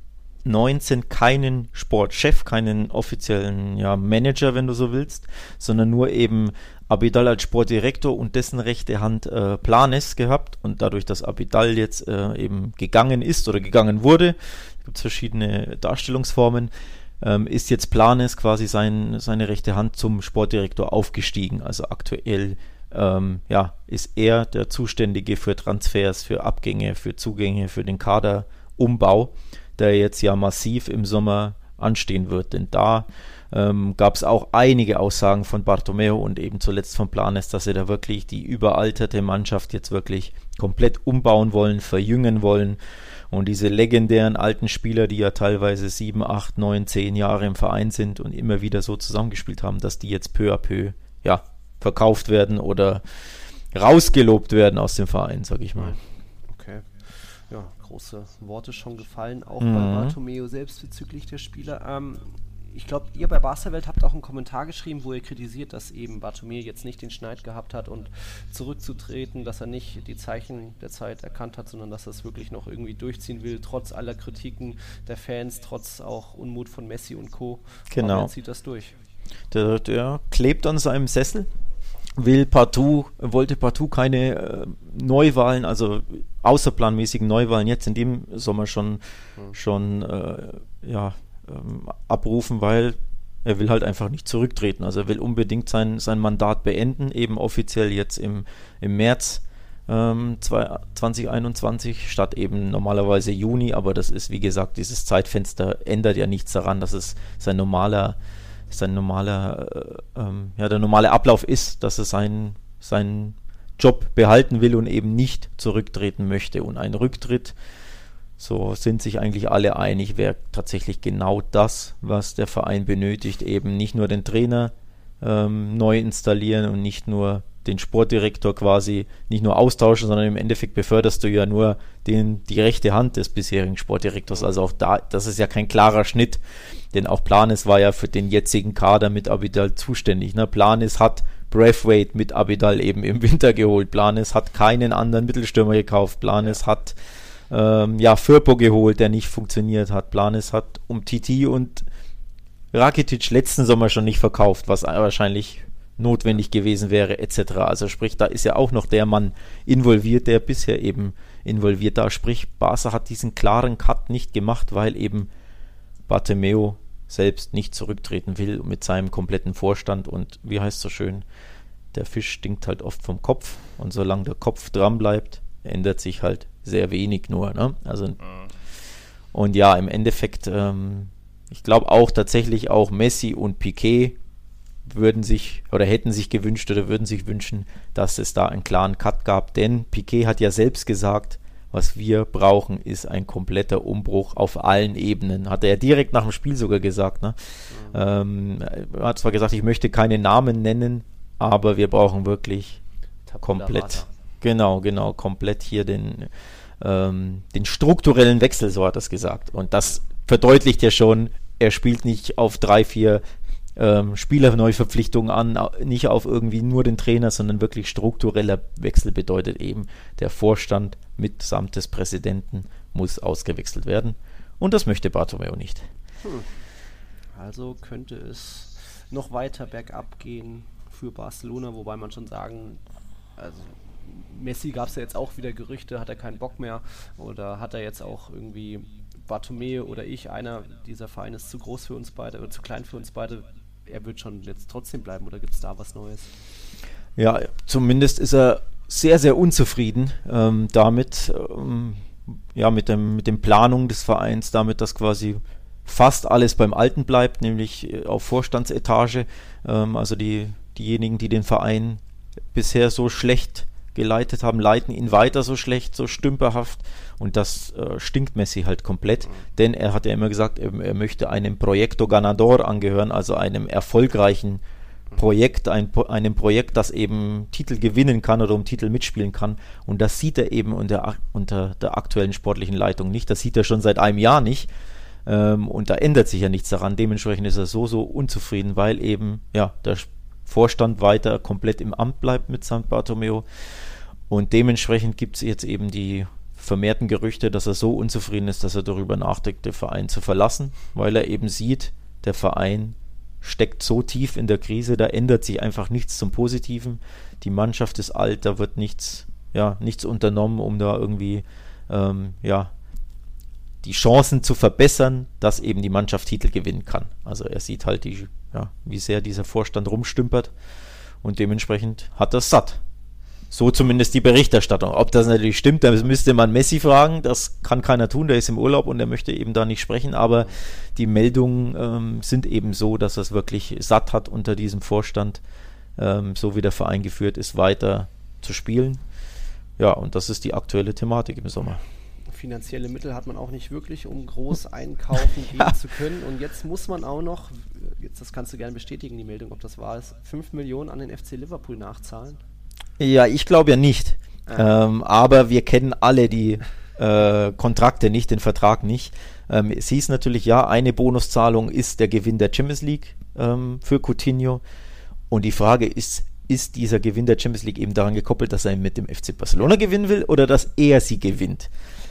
keinen Sportchef, keinen offiziellen ja, Manager, wenn du so willst, sondern nur eben Abidal als Sportdirektor und dessen rechte Hand äh, Planes gehabt, und dadurch, dass Abidal jetzt äh, eben gegangen ist oder gegangen wurde, gibt es verschiedene Darstellungsformen, ähm, ist jetzt Planes quasi sein, seine rechte Hand zum Sportdirektor aufgestiegen. Also aktuell ähm, ja, ist er der Zuständige für Transfers, für Abgänge, für Zugänge, für den Kaderumbau, der jetzt ja massiv im Sommer anstehen wird. Denn da ähm, gab es auch einige Aussagen von Bartomeu und eben zuletzt von Planes, dass sie da wirklich die überalterte Mannschaft jetzt wirklich komplett umbauen wollen, verjüngen wollen. Und diese legendären alten Spieler, die ja teilweise sieben, acht, neun, zehn Jahre im Verein sind und immer wieder so zusammengespielt haben, dass die jetzt peu à peu ja, verkauft werden oder rausgelobt werden aus dem Verein, sag ich mal. Okay. Ja, große Worte schon gefallen, auch Mhm. bei Bartomeu selbst bezüglich der Spieler. Ähm, ich glaube, ihr bei Barca-Welt habt auch einen Kommentar geschrieben, wo ihr kritisiert, dass eben Bartomeu jetzt nicht den Schneid gehabt hat und zurückzutreten, dass er nicht die Zeichen der Zeit erkannt hat, sondern dass er es wirklich noch irgendwie durchziehen will, trotz aller Kritiken der Fans, trotz auch Unmut von Messi und Co. Genau. Aber er zieht das durch. Der, der klebt an seinem Sessel, will partout, wollte partout keine äh, Neuwahlen, also außerplanmäßigen Neuwahlen jetzt in dem Sommer schon, mhm. schon äh, ja, ähm, abrufen, weil er will halt einfach nicht zurücktreten. Also er will unbedingt sein, sein Mandat beenden, eben offiziell jetzt im, im März ähm, zwanzig einundzwanzig statt eben normalerweise Juni, aber das ist, wie gesagt, dieses Zeitfenster ändert ja nichts daran, dass es sein normaler, sein normaler, äh, ähm, ja, der normale Ablauf ist, dass er seinen, seinen Job behalten will und eben nicht zurücktreten möchte. Und ein Rücktritt, so sind sich eigentlich alle einig, wäre tatsächlich genau das, was der Verein benötigt. Eben nicht nur den Trainer ähm, neu installieren und nicht nur den Sportdirektor quasi nicht nur austauschen, sondern im Endeffekt beförderst du ja nur den, die rechte Hand des bisherigen Sportdirektors. Also auch da, das ist ja kein klarer Schnitt, denn auch Planes war ja für den jetzigen Kader mit Abidal zuständig. Ne? Planes hat Braithwaite mit Abidal eben im Winter geholt. Planes hat keinen anderen Mittelstürmer gekauft. Planes ja. hat ähm, ja, Firpo geholt, der nicht funktioniert hat. Planes hat um Titi und Rakitic letzten Sommer schon nicht verkauft, was wahrscheinlich notwendig gewesen wäre, et cetera. Also sprich, da ist ja auch noch der Mann involviert, der bisher eben involviert war. Sprich, Barca hat diesen klaren Cut nicht gemacht, weil eben Bartomeu selbst nicht zurücktreten will mit seinem kompletten Vorstand und wie heißt es so schön, der Fisch stinkt halt oft vom Kopf und solange der Kopf dran bleibt, ändert sich halt sehr wenig nur. Ne? Also mhm. Und ja, im Endeffekt, ähm, ich glaube auch tatsächlich auch Messi und Piqué würden sich oder hätten sich gewünscht oder würden sich wünschen, dass es da einen klaren Cut gab, denn Piqué hat ja selbst gesagt, was wir brauchen, ist ein kompletter Umbruch auf allen Ebenen. Hat er ja direkt nach dem Spiel sogar gesagt. Ne? Mhm. Ähm, er hat zwar gesagt, ich möchte keine Namen nennen, aber wir brauchen wirklich komplett, genau, genau, komplett hier den, ähm, den strukturellen Wechsel, so hat er es gesagt. Und das verdeutlicht ja schon, er spielt nicht auf drei, vier Ähm, Spielerneuverpflichtungen an, nicht auf irgendwie nur den Trainer, sondern wirklich struktureller Wechsel bedeutet eben, der Vorstand mitsamt des Präsidenten muss ausgewechselt werden und das möchte Bartomeu nicht. Hm. Also könnte es noch weiter bergab gehen für Barcelona, wobei man schon sagen, also Messi gab es ja jetzt auch wieder Gerüchte, hat er keinen Bock mehr oder hat er jetzt auch irgendwie Bartomeu oder ich, einer dieser Vereine ist zu groß für uns beide oder zu klein für uns beide, er wird schon jetzt trotzdem bleiben oder gibt es da was Neues? Ja, zumindest ist er sehr, sehr unzufrieden ähm, damit, ähm, ja, mit dem, mit den Planungen des Vereins, damit, dass quasi fast alles beim Alten bleibt, nämlich auf Vorstandsetage, ähm, also die, diejenigen, die den Verein bisher so schlecht geleitet haben, leiten ihn weiter so schlecht, so stümperhaft und das äh, stinkt Messi halt komplett, mhm. denn er hat ja immer gesagt, er, er möchte einem Proyecto Ganador angehören, also einem erfolgreichen Projekt, ein, einem Projekt, das eben Titel gewinnen kann oder um Titel mitspielen kann und das sieht er eben unter, unter der aktuellen sportlichen Leitung nicht, das sieht er schon seit einem Jahr nicht ähm, und da ändert sich ja nichts daran, dementsprechend ist er so, so unzufrieden, weil eben, ja, der Vorstand weiter komplett im Amt bleibt mit Sankt Bartomeu und dementsprechend gibt es jetzt eben die vermehrten Gerüchte, dass er so unzufrieden ist, dass er darüber nachdenkt, den Verein zu verlassen, weil er eben sieht, der Verein steckt so tief in der Krise, da ändert sich einfach nichts zum Positiven, die Mannschaft ist alt, da wird nichts, ja, nichts unternommen, um da irgendwie ähm, ja, die Chancen zu verbessern, dass eben die Mannschaft Titel gewinnen kann. Also er sieht halt, die, ja, wie sehr dieser Vorstand rumstümpert und dementsprechend hat er es satt. So zumindest die Berichterstattung. Ob das natürlich stimmt, da müsste man Messi fragen, das kann keiner tun, der ist im Urlaub und der möchte eben da nicht sprechen, aber die Meldungen ähm, sind eben so, dass er es wirklich satt hat unter diesem Vorstand, ähm, so wie der Verein geführt ist, weiter zu spielen. Ja, und das ist die aktuelle Thematik im Sommer. Finanzielle Mittel hat man auch nicht wirklich, um groß einkaufen gehen zu können. Und jetzt muss man auch noch, jetzt das kannst du gerne bestätigen, die Meldung, ob das wahr ist, fünf Millionen an den F C Liverpool nachzahlen. Ja, ich glaube ja nicht. Ah. Ähm, aber wir kennen alle die äh, Kontrakte nicht, den Vertrag nicht. Ähm, es hieß natürlich, ja, eine Bonuszahlung ist der Gewinn der Champions League ähm, für Coutinho. Und die Frage ist, ist dieser Gewinn der Champions League eben daran gekoppelt, dass er mit dem F C Barcelona gewinnen will oder dass er sie gewinnt?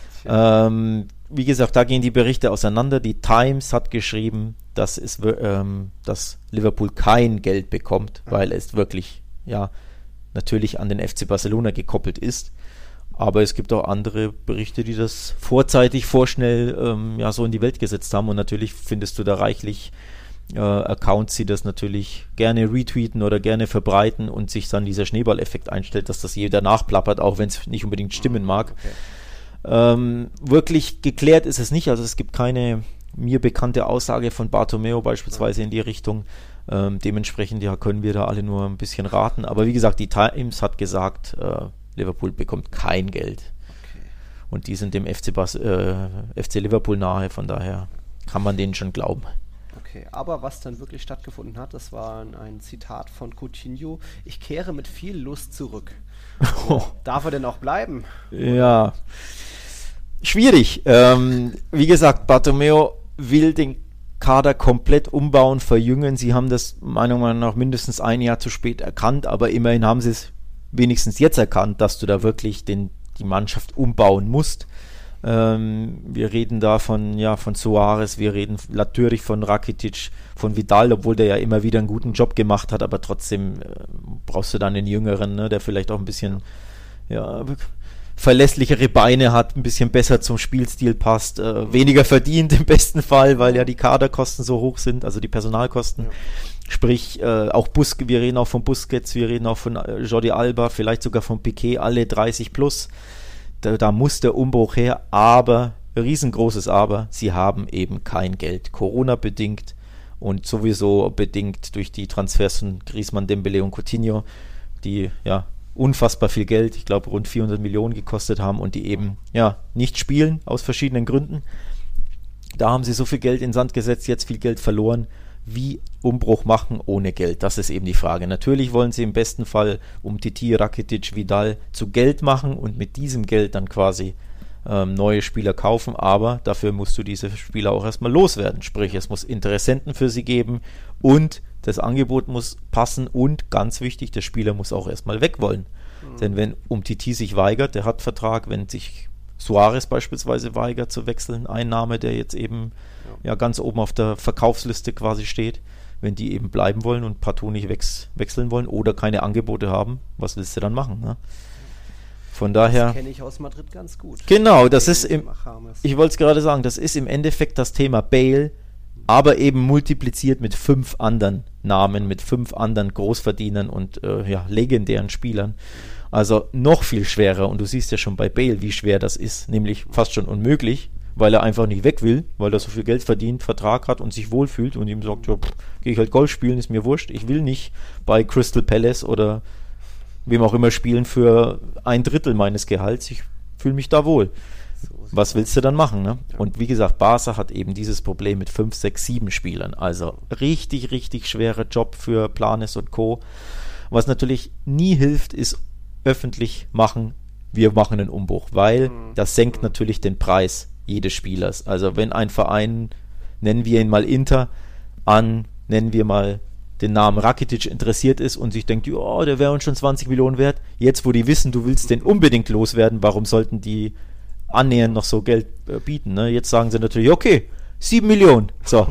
Ähm, wie gesagt, da gehen die Berichte auseinander. Die Times hat geschrieben, dass, es, ähm, dass Liverpool kein Geld bekommt, weil es wirklich, ja, natürlich an den F C Barcelona gekoppelt ist. Aber es gibt auch andere Berichte, die das vorzeitig, vorschnell ähm, ja, so in die Welt gesetzt haben. Und natürlich findest du da reichlich äh, Accounts, die das natürlich gerne retweeten oder gerne verbreiten und sich dann dieser Schneeballeffekt einstellt, dass das jeder nachplappert, auch wenn es nicht unbedingt stimmen mag. Okay. Ähm, wirklich geklärt ist es nicht. Also es gibt keine mir bekannte Aussage von Bartomeu beispielsweise in die Richtung. Ähm, dementsprechend ja, können wir da alle nur ein bisschen raten. Aber wie gesagt, die Times hat gesagt, äh, Liverpool bekommt kein Geld. Okay. Und die sind dem F C, Bas- äh, F C Liverpool nahe, von daher kann man denen schon glauben. Okay, aber was dann wirklich stattgefunden hat, das war ein, ein Zitat von Coutinho: Ich kehre mit viel Lust zurück. Oh. Darf er denn auch bleiben? Ja, schwierig. Ähm, wie gesagt, Bartomeu will den Kader komplett umbauen, verjüngen. Sie haben das meiner Meinung nach mindestens ein Jahr zu spät erkannt, aber immerhin haben sie es wenigstens jetzt erkannt, dass du da wirklich den, die Mannschaft umbauen musst. Ähm, wir reden da von, ja, von Suarez, wir reden natürlich von Rakitic, von Vidal, obwohl der ja immer wieder einen guten Job gemacht hat, aber trotzdem äh, brauchst du dann einen Jüngeren, ne, der vielleicht auch ein bisschen ja, verlässlichere Beine hat, ein bisschen besser zum Spielstil passt, äh, weniger verdient im besten Fall, weil ja die Kaderkosten so hoch sind, also die Personalkosten. Ja. Sprich, äh, auch Bus, wir reden auch von Busquets, wir reden auch von äh, Jordi Alba, vielleicht sogar von Piqué, alle dreißig plus. Da, da muss der Umbruch her, aber, riesengroßes Aber, sie haben eben kein Geld. Corona-bedingt und sowieso bedingt durch die Transfers von Griezmann, Dembélé und Coutinho, die ja unfassbar viel Geld, ich glaube rund vierhundert Millionen gekostet haben und die eben ja nicht spielen, aus verschiedenen Gründen. Da haben sie so viel Geld in den Sand gesetzt, jetzt viel Geld verloren. Wie Umbruch machen ohne Geld? Das ist eben die Frage. Natürlich wollen sie im besten Fall Umtiti, Rakitic, Vidal zu Geld machen und mit diesem Geld dann quasi ähm, neue Spieler kaufen, aber dafür musst du diese Spieler auch erstmal loswerden. Sprich, es muss Interessenten für sie geben und das Angebot muss passen und ganz wichtig, der Spieler muss auch erstmal weg wollen. Mhm. Denn wenn Umtiti sich weigert, der hat Vertrag, wenn sich Suarez beispielsweise weigert zu wechseln, ein Name, der jetzt eben ja. ja ganz oben auf der Verkaufsliste quasi steht, wenn die eben bleiben wollen und partout nicht wex- wechseln wollen oder keine Angebote haben, was willst du dann machen? Ne? Von daher... Das kenne ich aus Madrid ganz gut. Genau, das ist im... Ich wollte es gerade sagen, das ist im Endeffekt das Thema Bale, aber eben multipliziert mit fünf anderen Namen, mit fünf anderen Großverdienern und äh, ja, legendären Spielern. Also noch viel schwerer, und du siehst ja schon bei Bale, wie schwer das ist, nämlich fast schon unmöglich, weil er einfach nicht weg will, weil er so viel Geld verdient, Vertrag hat und sich wohlfühlt und ihm sagt, ja, gehe ich halt Golf spielen, ist mir wurscht, ich will nicht bei Crystal Palace oder wem auch immer spielen für ein Drittel meines Gehalts, ich fühle mich da wohl. Was willst du dann machen? Ne? Und wie gesagt, Barca hat eben dieses Problem mit fünf, sechs, sieben Spielern, also richtig, richtig schwerer Job für Planes und Co. Was natürlich nie hilft, ist öffentlich machen, wir machen einen Umbruch, weil das senkt natürlich den Preis jedes Spielers. Also wenn ein Verein, nennen wir ihn mal Inter, an, nennen wir mal den Namen Rakitic interessiert ist und sich denkt, ja, der wäre uns schon zwanzig Millionen wert, jetzt wo die wissen, du willst den unbedingt loswerden, warum sollten die annähernd noch so Geld äh, bieten? Ne? Jetzt sagen sie natürlich, okay, sieben Millionen, so.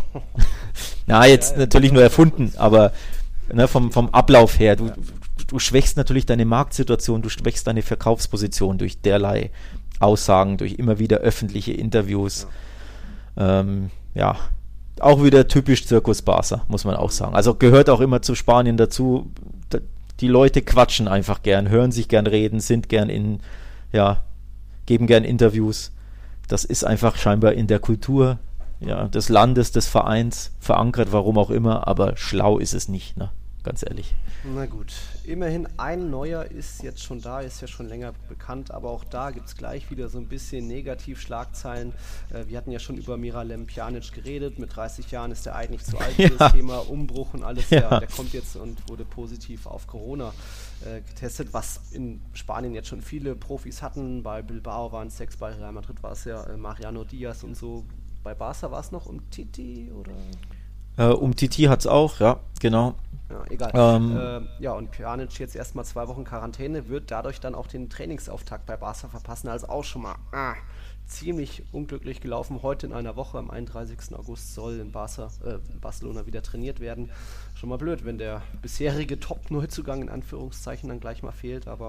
Na, jetzt natürlich nur erfunden, aber ne, vom, vom Ablauf her, du Du schwächst natürlich deine Marktsituation, du schwächst deine Verkaufsposition durch derlei Aussagen, durch immer wieder öffentliche Interviews. Ja, ähm, ja. Auch wieder typisch Circus Barca, muss man auch sagen. Also gehört auch immer zu Spanien dazu. Da, die Leute quatschen einfach gern, hören sich gern reden, sind gern in, ja, geben gern Interviews. Das ist einfach scheinbar in der Kultur ja, des Landes, des Vereins verankert, warum auch immer, aber schlau ist es nicht, ne? Ganz ehrlich. Na gut, immerhin ein neuer ist jetzt schon da, ist ja schon länger bekannt, aber auch da gibt es gleich wieder so ein bisschen Negativschlagzeilen. Äh, wir hatten ja schon über Miralem Pjanic geredet, mit dreißig Jahren ist der eigentlich zu alt für ja. das Thema Umbruch und alles. Ja. Ja, der kommt jetzt und wurde positiv auf Corona äh, getestet, was in Spanien jetzt schon viele Profis hatten. Bei Bilbao waren es sechs, bei Real Madrid war es ja äh, Mariano Diaz und so. Bei Barca war es noch Umtiti oder... Äh, Umtiti hat es auch, ja, genau. Ja, egal. Ähm, äh, ja, und Pjanic jetzt erstmal zwei Wochen Quarantäne, wird dadurch dann auch den Trainingsauftakt bei Barca verpassen, also auch schon mal ah, ziemlich unglücklich gelaufen. Heute in einer Woche, am einunddreißigsten August, soll in Barca, äh, Barcelona wieder trainiert werden. Schon mal blöd, wenn der bisherige Top-Neuzugang in Anführungszeichen dann gleich mal fehlt, aber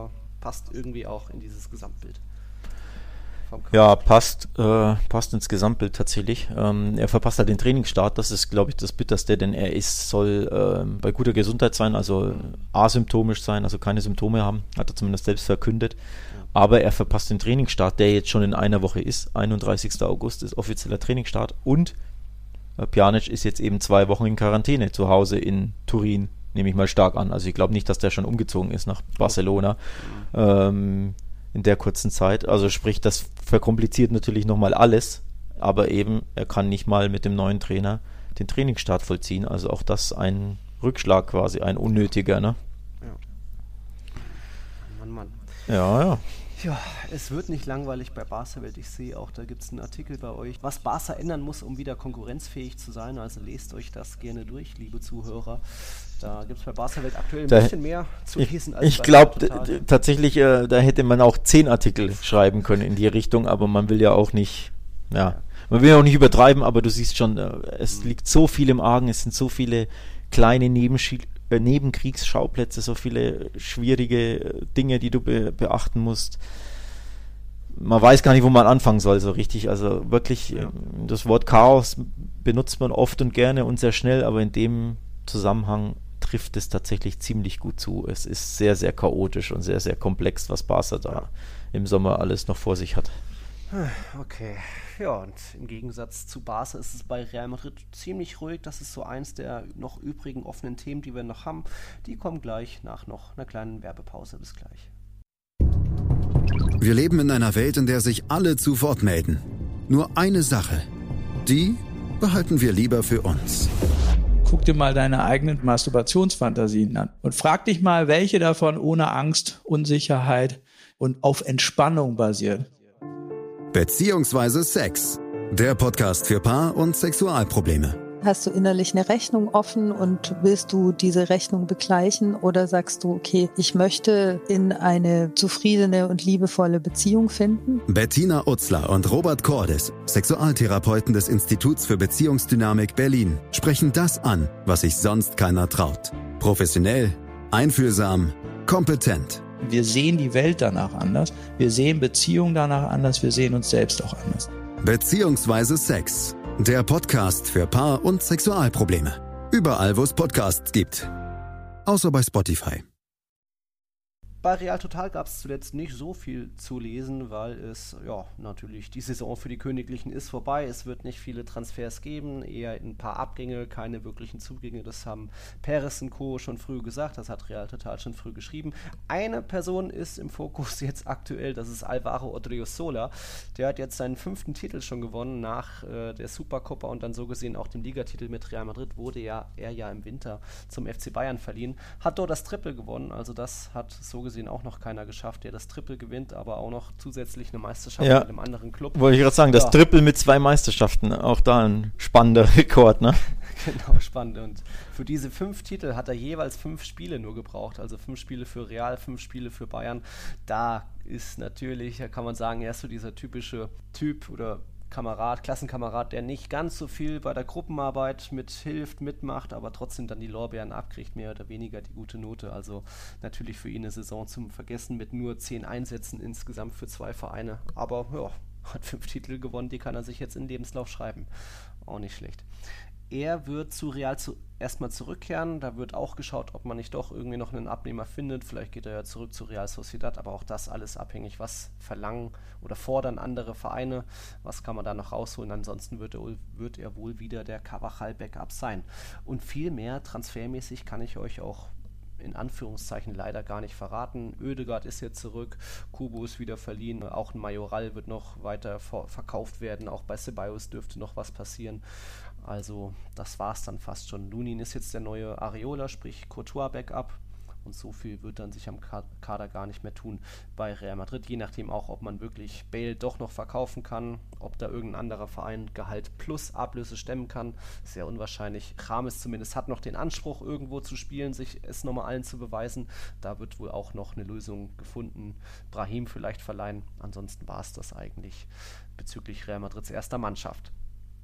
passt irgendwie auch in dieses Gesamtbild. Ja, passt, äh, passt ins Gesamtbild tatsächlich. Ähm, er verpasst halt den Trainingsstart, das ist, glaube ich, das Bitterste, denn er ist, soll äh, bei guter Gesundheit sein, also asymptomisch sein, also keine Symptome haben, hat er zumindest selbst verkündet. Ja. Aber er verpasst den Trainingsstart, der jetzt schon in einer Woche ist. einunddreißigster August ist offizieller Trainingsstart und äh, Pjanic ist jetzt eben zwei Wochen in Quarantäne zu Hause in Turin, nehme ich mal stark an. Also ich glaube nicht, dass der schon umgezogen ist nach Barcelona. Mhm. Ähm, in der kurzen Zeit. Also sprich, das verkompliziert natürlich nochmal alles, aber eben, er kann nicht mal mit dem neuen Trainer den Trainingsstart vollziehen. Also auch das ein Rückschlag quasi, ein unnötiger, ne? Ja. Mann, Mann. Ja, ja. Ja, es wird nicht langweilig bei Barca-Welt. Ich sehe auch, da gibt es einen Artikel bei euch, was Barca ändern muss, um wieder konkurrenzfähig zu sein. Also lest euch das gerne durch, liebe Zuhörer. Da gibt es bei Barca-Welt aktuell ein da, bisschen mehr zu lesen als ich bei glaube d- tatsächlich, äh, da hätte man auch zehn Artikel schreiben können in die Richtung, aber man will ja auch nicht, ja, ja. man will ja auch nicht übertreiben, aber du siehst schon, äh, es mhm. liegt so viel im Argen, es sind so viele kleine Nebensch- äh, Nebenkriegsschauplätze, so viele schwierige Dinge, die du be- beachten musst. Man weiß gar nicht, wo man anfangen soll, so richtig. Also wirklich, ja. das Wort Chaos benutzt man oft und gerne und sehr schnell, aber in dem Zusammenhang trifft es tatsächlich ziemlich gut zu. Es ist sehr, sehr chaotisch und sehr, sehr komplex, was Barca da ja. im Sommer alles noch vor sich hat. Okay, ja, und im Gegensatz zu Barca ist es bei Real Madrid ziemlich ruhig. Das ist so eins der noch übrigen offenen Themen, die wir noch haben. Die kommen gleich nach noch einer kleinen Werbepause. Bis gleich. Wir leben in einer Welt, in der sich alle zu Wort melden. Nur eine Sache, die behalten wir lieber für uns. Guck dir mal deine eigenen Masturbationsfantasien an und frag dich mal, welche davon ohne Angst, Unsicherheit und auf Entspannung basieren. Beziehungsweise Sex. Der Podcast für Paar- und Sexualprobleme. Hast du innerlich eine Rechnung offen und willst du diese Rechnung begleichen oder sagst du, okay, ich möchte in eine zufriedene und liebevolle Beziehung finden? Bettina Utzler und Robert Cordes, Sexualtherapeuten des Instituts für Beziehungsdynamik Berlin, sprechen das an, was sich sonst keiner traut. Professionell, einfühlsam, kompetent. Wir sehen die Welt danach anders, wir sehen Beziehungen danach anders, wir sehen uns selbst auch anders. Beziehungsweise Sex. Der Podcast für Paar- und Sexualprobleme. Überall, wo es Podcasts gibt. Außer bei Spotify. Bei Real Total gab es zuletzt nicht so viel zu lesen, weil es, ja, natürlich die Saison für die Königlichen ist vorbei. Es wird nicht viele Transfers geben, eher ein paar Abgänge, keine wirklichen Zugänge. Das haben Perez und Co. schon früh gesagt, das hat Real Total schon früh geschrieben. Eine Person ist im Fokus jetzt aktuell, das ist Alvaro Odriozola. Der hat jetzt seinen fünften Titel schon gewonnen nach äh, der Supercopa und dann so gesehen auch dem Ligatitel mit Real Madrid. Wurde ja er ja im Winter zum F C Bayern verliehen. Hat dort das Triple gewonnen, also das hat so gesehen auch noch keiner geschafft, der das Triple gewinnt, aber auch noch zusätzlich eine Meisterschaft ja. mit einem anderen Club. Wollte ich gerade sagen, das ja. Triple mit zwei Meisterschaften, auch da ein spannender Rekord, ne? Genau, spannend. Und für diese fünf Titel hat er jeweils fünf Spiele nur gebraucht, also fünf Spiele für Real, fünf Spiele für Bayern. Da ist natürlich, da kann man sagen, er ist so dieser typische Typ oder Kamerad, Klassenkamerad, der nicht ganz so viel bei der Gruppenarbeit mithilft, mitmacht, aber trotzdem dann die Lorbeeren abkriegt, mehr oder weniger die gute Note. Also natürlich für ihn eine Saison zum Vergessen mit nur zehn Einsätzen insgesamt für zwei Vereine. Aber ja, hat fünf Titel gewonnen, die kann er sich jetzt in den Lebenslauf schreiben. Auch nicht schlecht. Er wird zu Real zu, erstmal zurückkehren. Da wird auch geschaut, ob man nicht doch irgendwie noch einen Abnehmer findet. Vielleicht geht er ja zurück zu Real Sociedad, aber auch das alles abhängig. Was verlangen oder fordern andere Vereine? Was kann man da noch rausholen? Ansonsten wird er, wird er wohl wieder der Carvajal-Backup sein. Und viel mehr transfermäßig kann ich euch auch in Anführungszeichen leider gar nicht verraten. Oedegaard ist jetzt zurück, Kubo ist wieder verliehen, auch ein Majoral wird noch weiter vor- verkauft werden, auch bei Ceballos dürfte noch was passieren. Also das war's dann fast schon. Lunin ist jetzt der neue Areola, sprich Courtois-Backup. Und so viel wird dann sich am Kader gar nicht mehr tun bei Real Madrid, je nachdem auch, ob man wirklich Bale doch noch verkaufen kann, ob da irgendein anderer Verein Gehalt plus Ablöse stemmen kann. Sehr unwahrscheinlich. James zumindest hat noch den Anspruch, irgendwo zu spielen, sich es nochmal allen zu beweisen. Da wird wohl auch noch eine Lösung gefunden. Brahim vielleicht verleihen. Ansonsten war es das eigentlich bezüglich Real Madrids erster Mannschaft.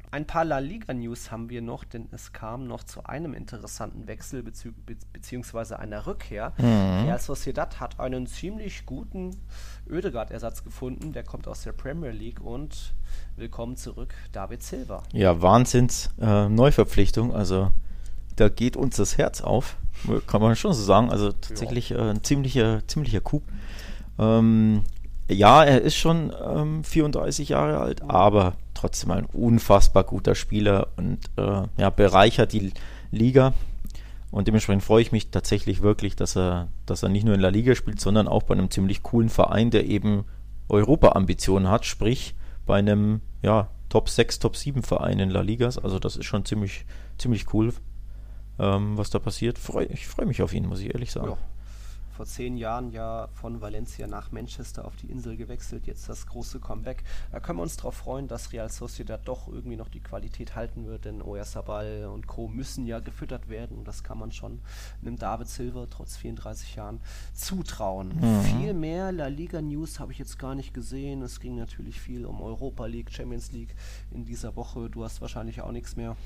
Ein paar La Liga-News haben wir noch, denn es kam noch zu einem interessanten Wechsel bezü- be- beziehungsweise einer Rückkehr. Mhm. Real Sociedad hat einen ziemlich guten Ødegaard-Ersatz gefunden, der kommt aus der Premier League und willkommen zurück, David Silva. Ja, Wahnsinns äh, Neuverpflichtung, also da geht uns das Herz auf, kann man schon so sagen, also tatsächlich äh, ein ziemlicher, ziemlicher Coup. Ähm, ja, er ist schon ähm, vierunddreißig Jahre alt, aber trotzdem ein unfassbar guter Spieler und äh, ja, bereichert die Liga. Und dementsprechend freue ich mich tatsächlich wirklich, dass er, dass er nicht nur in La Liga spielt, sondern auch bei einem ziemlich coolen Verein, der eben Europa-Ambitionen hat, sprich bei einem ja, Top sechs, Top sieben Verein in La Ligas. Also das ist schon ziemlich, ziemlich cool, ähm, was da passiert. Freu, ich freue mich auf ihn, muss ich ehrlich sagen. Ja. Vor zehn Jahren ja von Valencia nach Manchester auf die Insel gewechselt, jetzt das große Comeback. Da können wir uns darauf freuen, dass Real Sociedad doch irgendwie noch die Qualität halten wird, denn Oyarzabal und Co. müssen ja gefüttert werden und das kann man schon einem David Silva trotz vierunddreißig Jahren zutrauen. Mhm. Viel mehr La Liga News habe ich jetzt gar nicht gesehen. Es ging natürlich viel um Europa League, Champions League in dieser Woche. Du hast wahrscheinlich auch nichts mehr.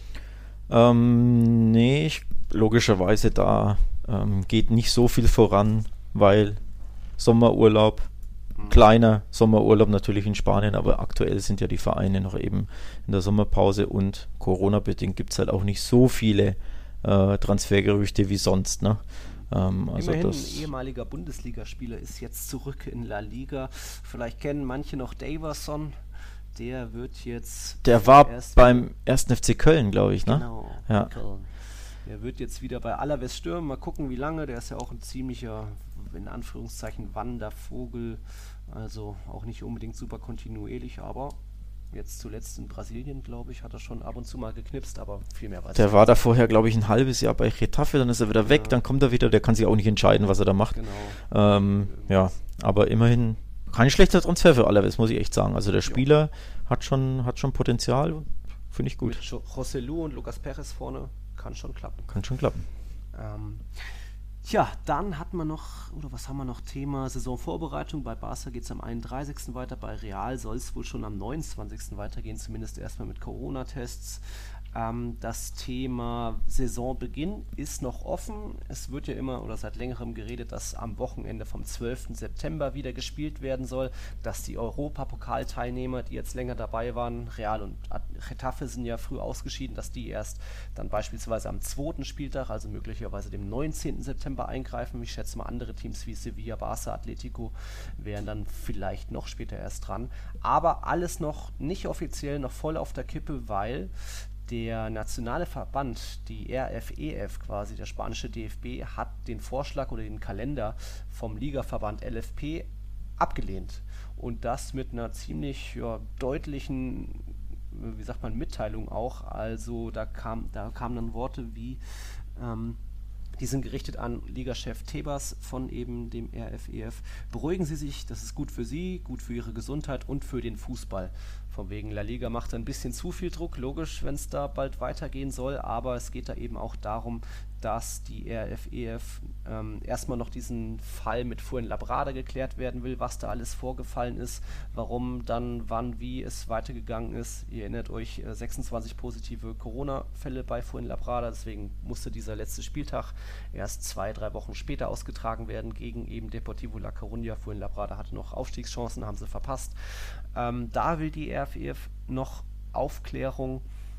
Ähm, nee, ich, logischerweise da ähm, geht nicht so viel voran, weil Sommerurlaub, mhm. kleiner Sommerurlaub natürlich in Spanien, aber aktuell sind ja die Vereine noch eben in der Sommerpause und Corona-bedingt gibt es halt auch nicht so viele äh, Transfergerüchte wie sonst, ne? Ähm, also Immerhin das ein ehemaliger Bundesligaspieler ist jetzt zurück in La Liga. Vielleicht kennen manche noch Daverson. Der wird jetzt... Der war beim ersten F C Köln, glaube ich, ne? Genau, ja. Köln. Der wird jetzt wieder bei Alaves stürmen. Mal gucken, wie lange. Der ist ja auch ein ziemlicher, in Anführungszeichen, Wandervogel. Also auch nicht unbedingt super kontinuierlich, aber jetzt zuletzt in Brasilien, glaube ich, hat er schon ab und zu mal geknipst, aber viel mehr weiß ich Der nicht. war da vorher, glaube ich, ein halbes Jahr bei Getafe, dann ist er wieder weg, Ja. dann kommt er wieder, der kann sich auch nicht entscheiden, was er da macht. Genau. Ähm, ja, aber immerhin kein schlechter Transfer für Alaves, muss ich echt sagen. Also der Spieler ja. hat schon, hat schon Potenzial, finde ich gut. Mit jo- Joselu und Lucas Perez vorne kann schon klappen. Kann schon klappen. Ähm, tja, dann hat man noch, oder was haben wir noch, Thema Saisonvorbereitung. Bei Barca geht es am einunddreißigsten weiter, bei Real soll es wohl schon am neunundzwanzigsten weitergehen, zumindest erstmal mit Corona-Tests. Ähm, das Thema Saisonbeginn ist noch offen. Es wird ja immer oder seit längerem geredet, dass am Wochenende vom zwölften September wieder gespielt werden soll, dass die Europapokalteilnehmer, die jetzt länger dabei waren, Real und Getafe sind ja früh ausgeschieden, dass die erst dann beispielsweise am zweiten Spieltag, also möglicherweise dem neunzehnten September eingreifen. Ich schätze mal, andere Teams wie Sevilla, Barca, Atletico wären dann vielleicht noch später erst dran. Aber alles noch nicht offiziell, noch voll auf der Kippe, weil der nationale Verband, die R F E F quasi, der spanische D F B, hat den Vorschlag oder den Kalender vom Ligaverband L F P abgelehnt. Und das mit einer ziemlich ja, deutlichen, wie sagt man, Mitteilung auch. Also da kam, da kamen dann Worte wie, ähm, die sind gerichtet an Ligachef Tebas von eben dem R F E F. Beruhigen Sie sich, das ist gut für Sie, gut für Ihre Gesundheit und für den Fußball. Von wegen La Liga macht ein bisschen zu viel Druck, logisch, wenn es da bald weitergehen soll, aber es geht da eben auch darum, dass die R F E F ähm, erstmal noch diesen Fall mit Fuenlabrada geklärt werden will, was da alles vorgefallen ist, warum dann, wann, wie es weitergegangen ist. Ihr erinnert euch, äh, sechsundzwanzig positive Corona-Fälle bei Fuenlabrada, deswegen musste dieser letzte Spieltag erst zwei, drei Wochen später ausgetragen werden gegen eben Deportivo La Coruña. Fuenlabrada hatte noch Aufstiegschancen, haben sie verpasst. Ähm, da will die R F E F noch Aufklärung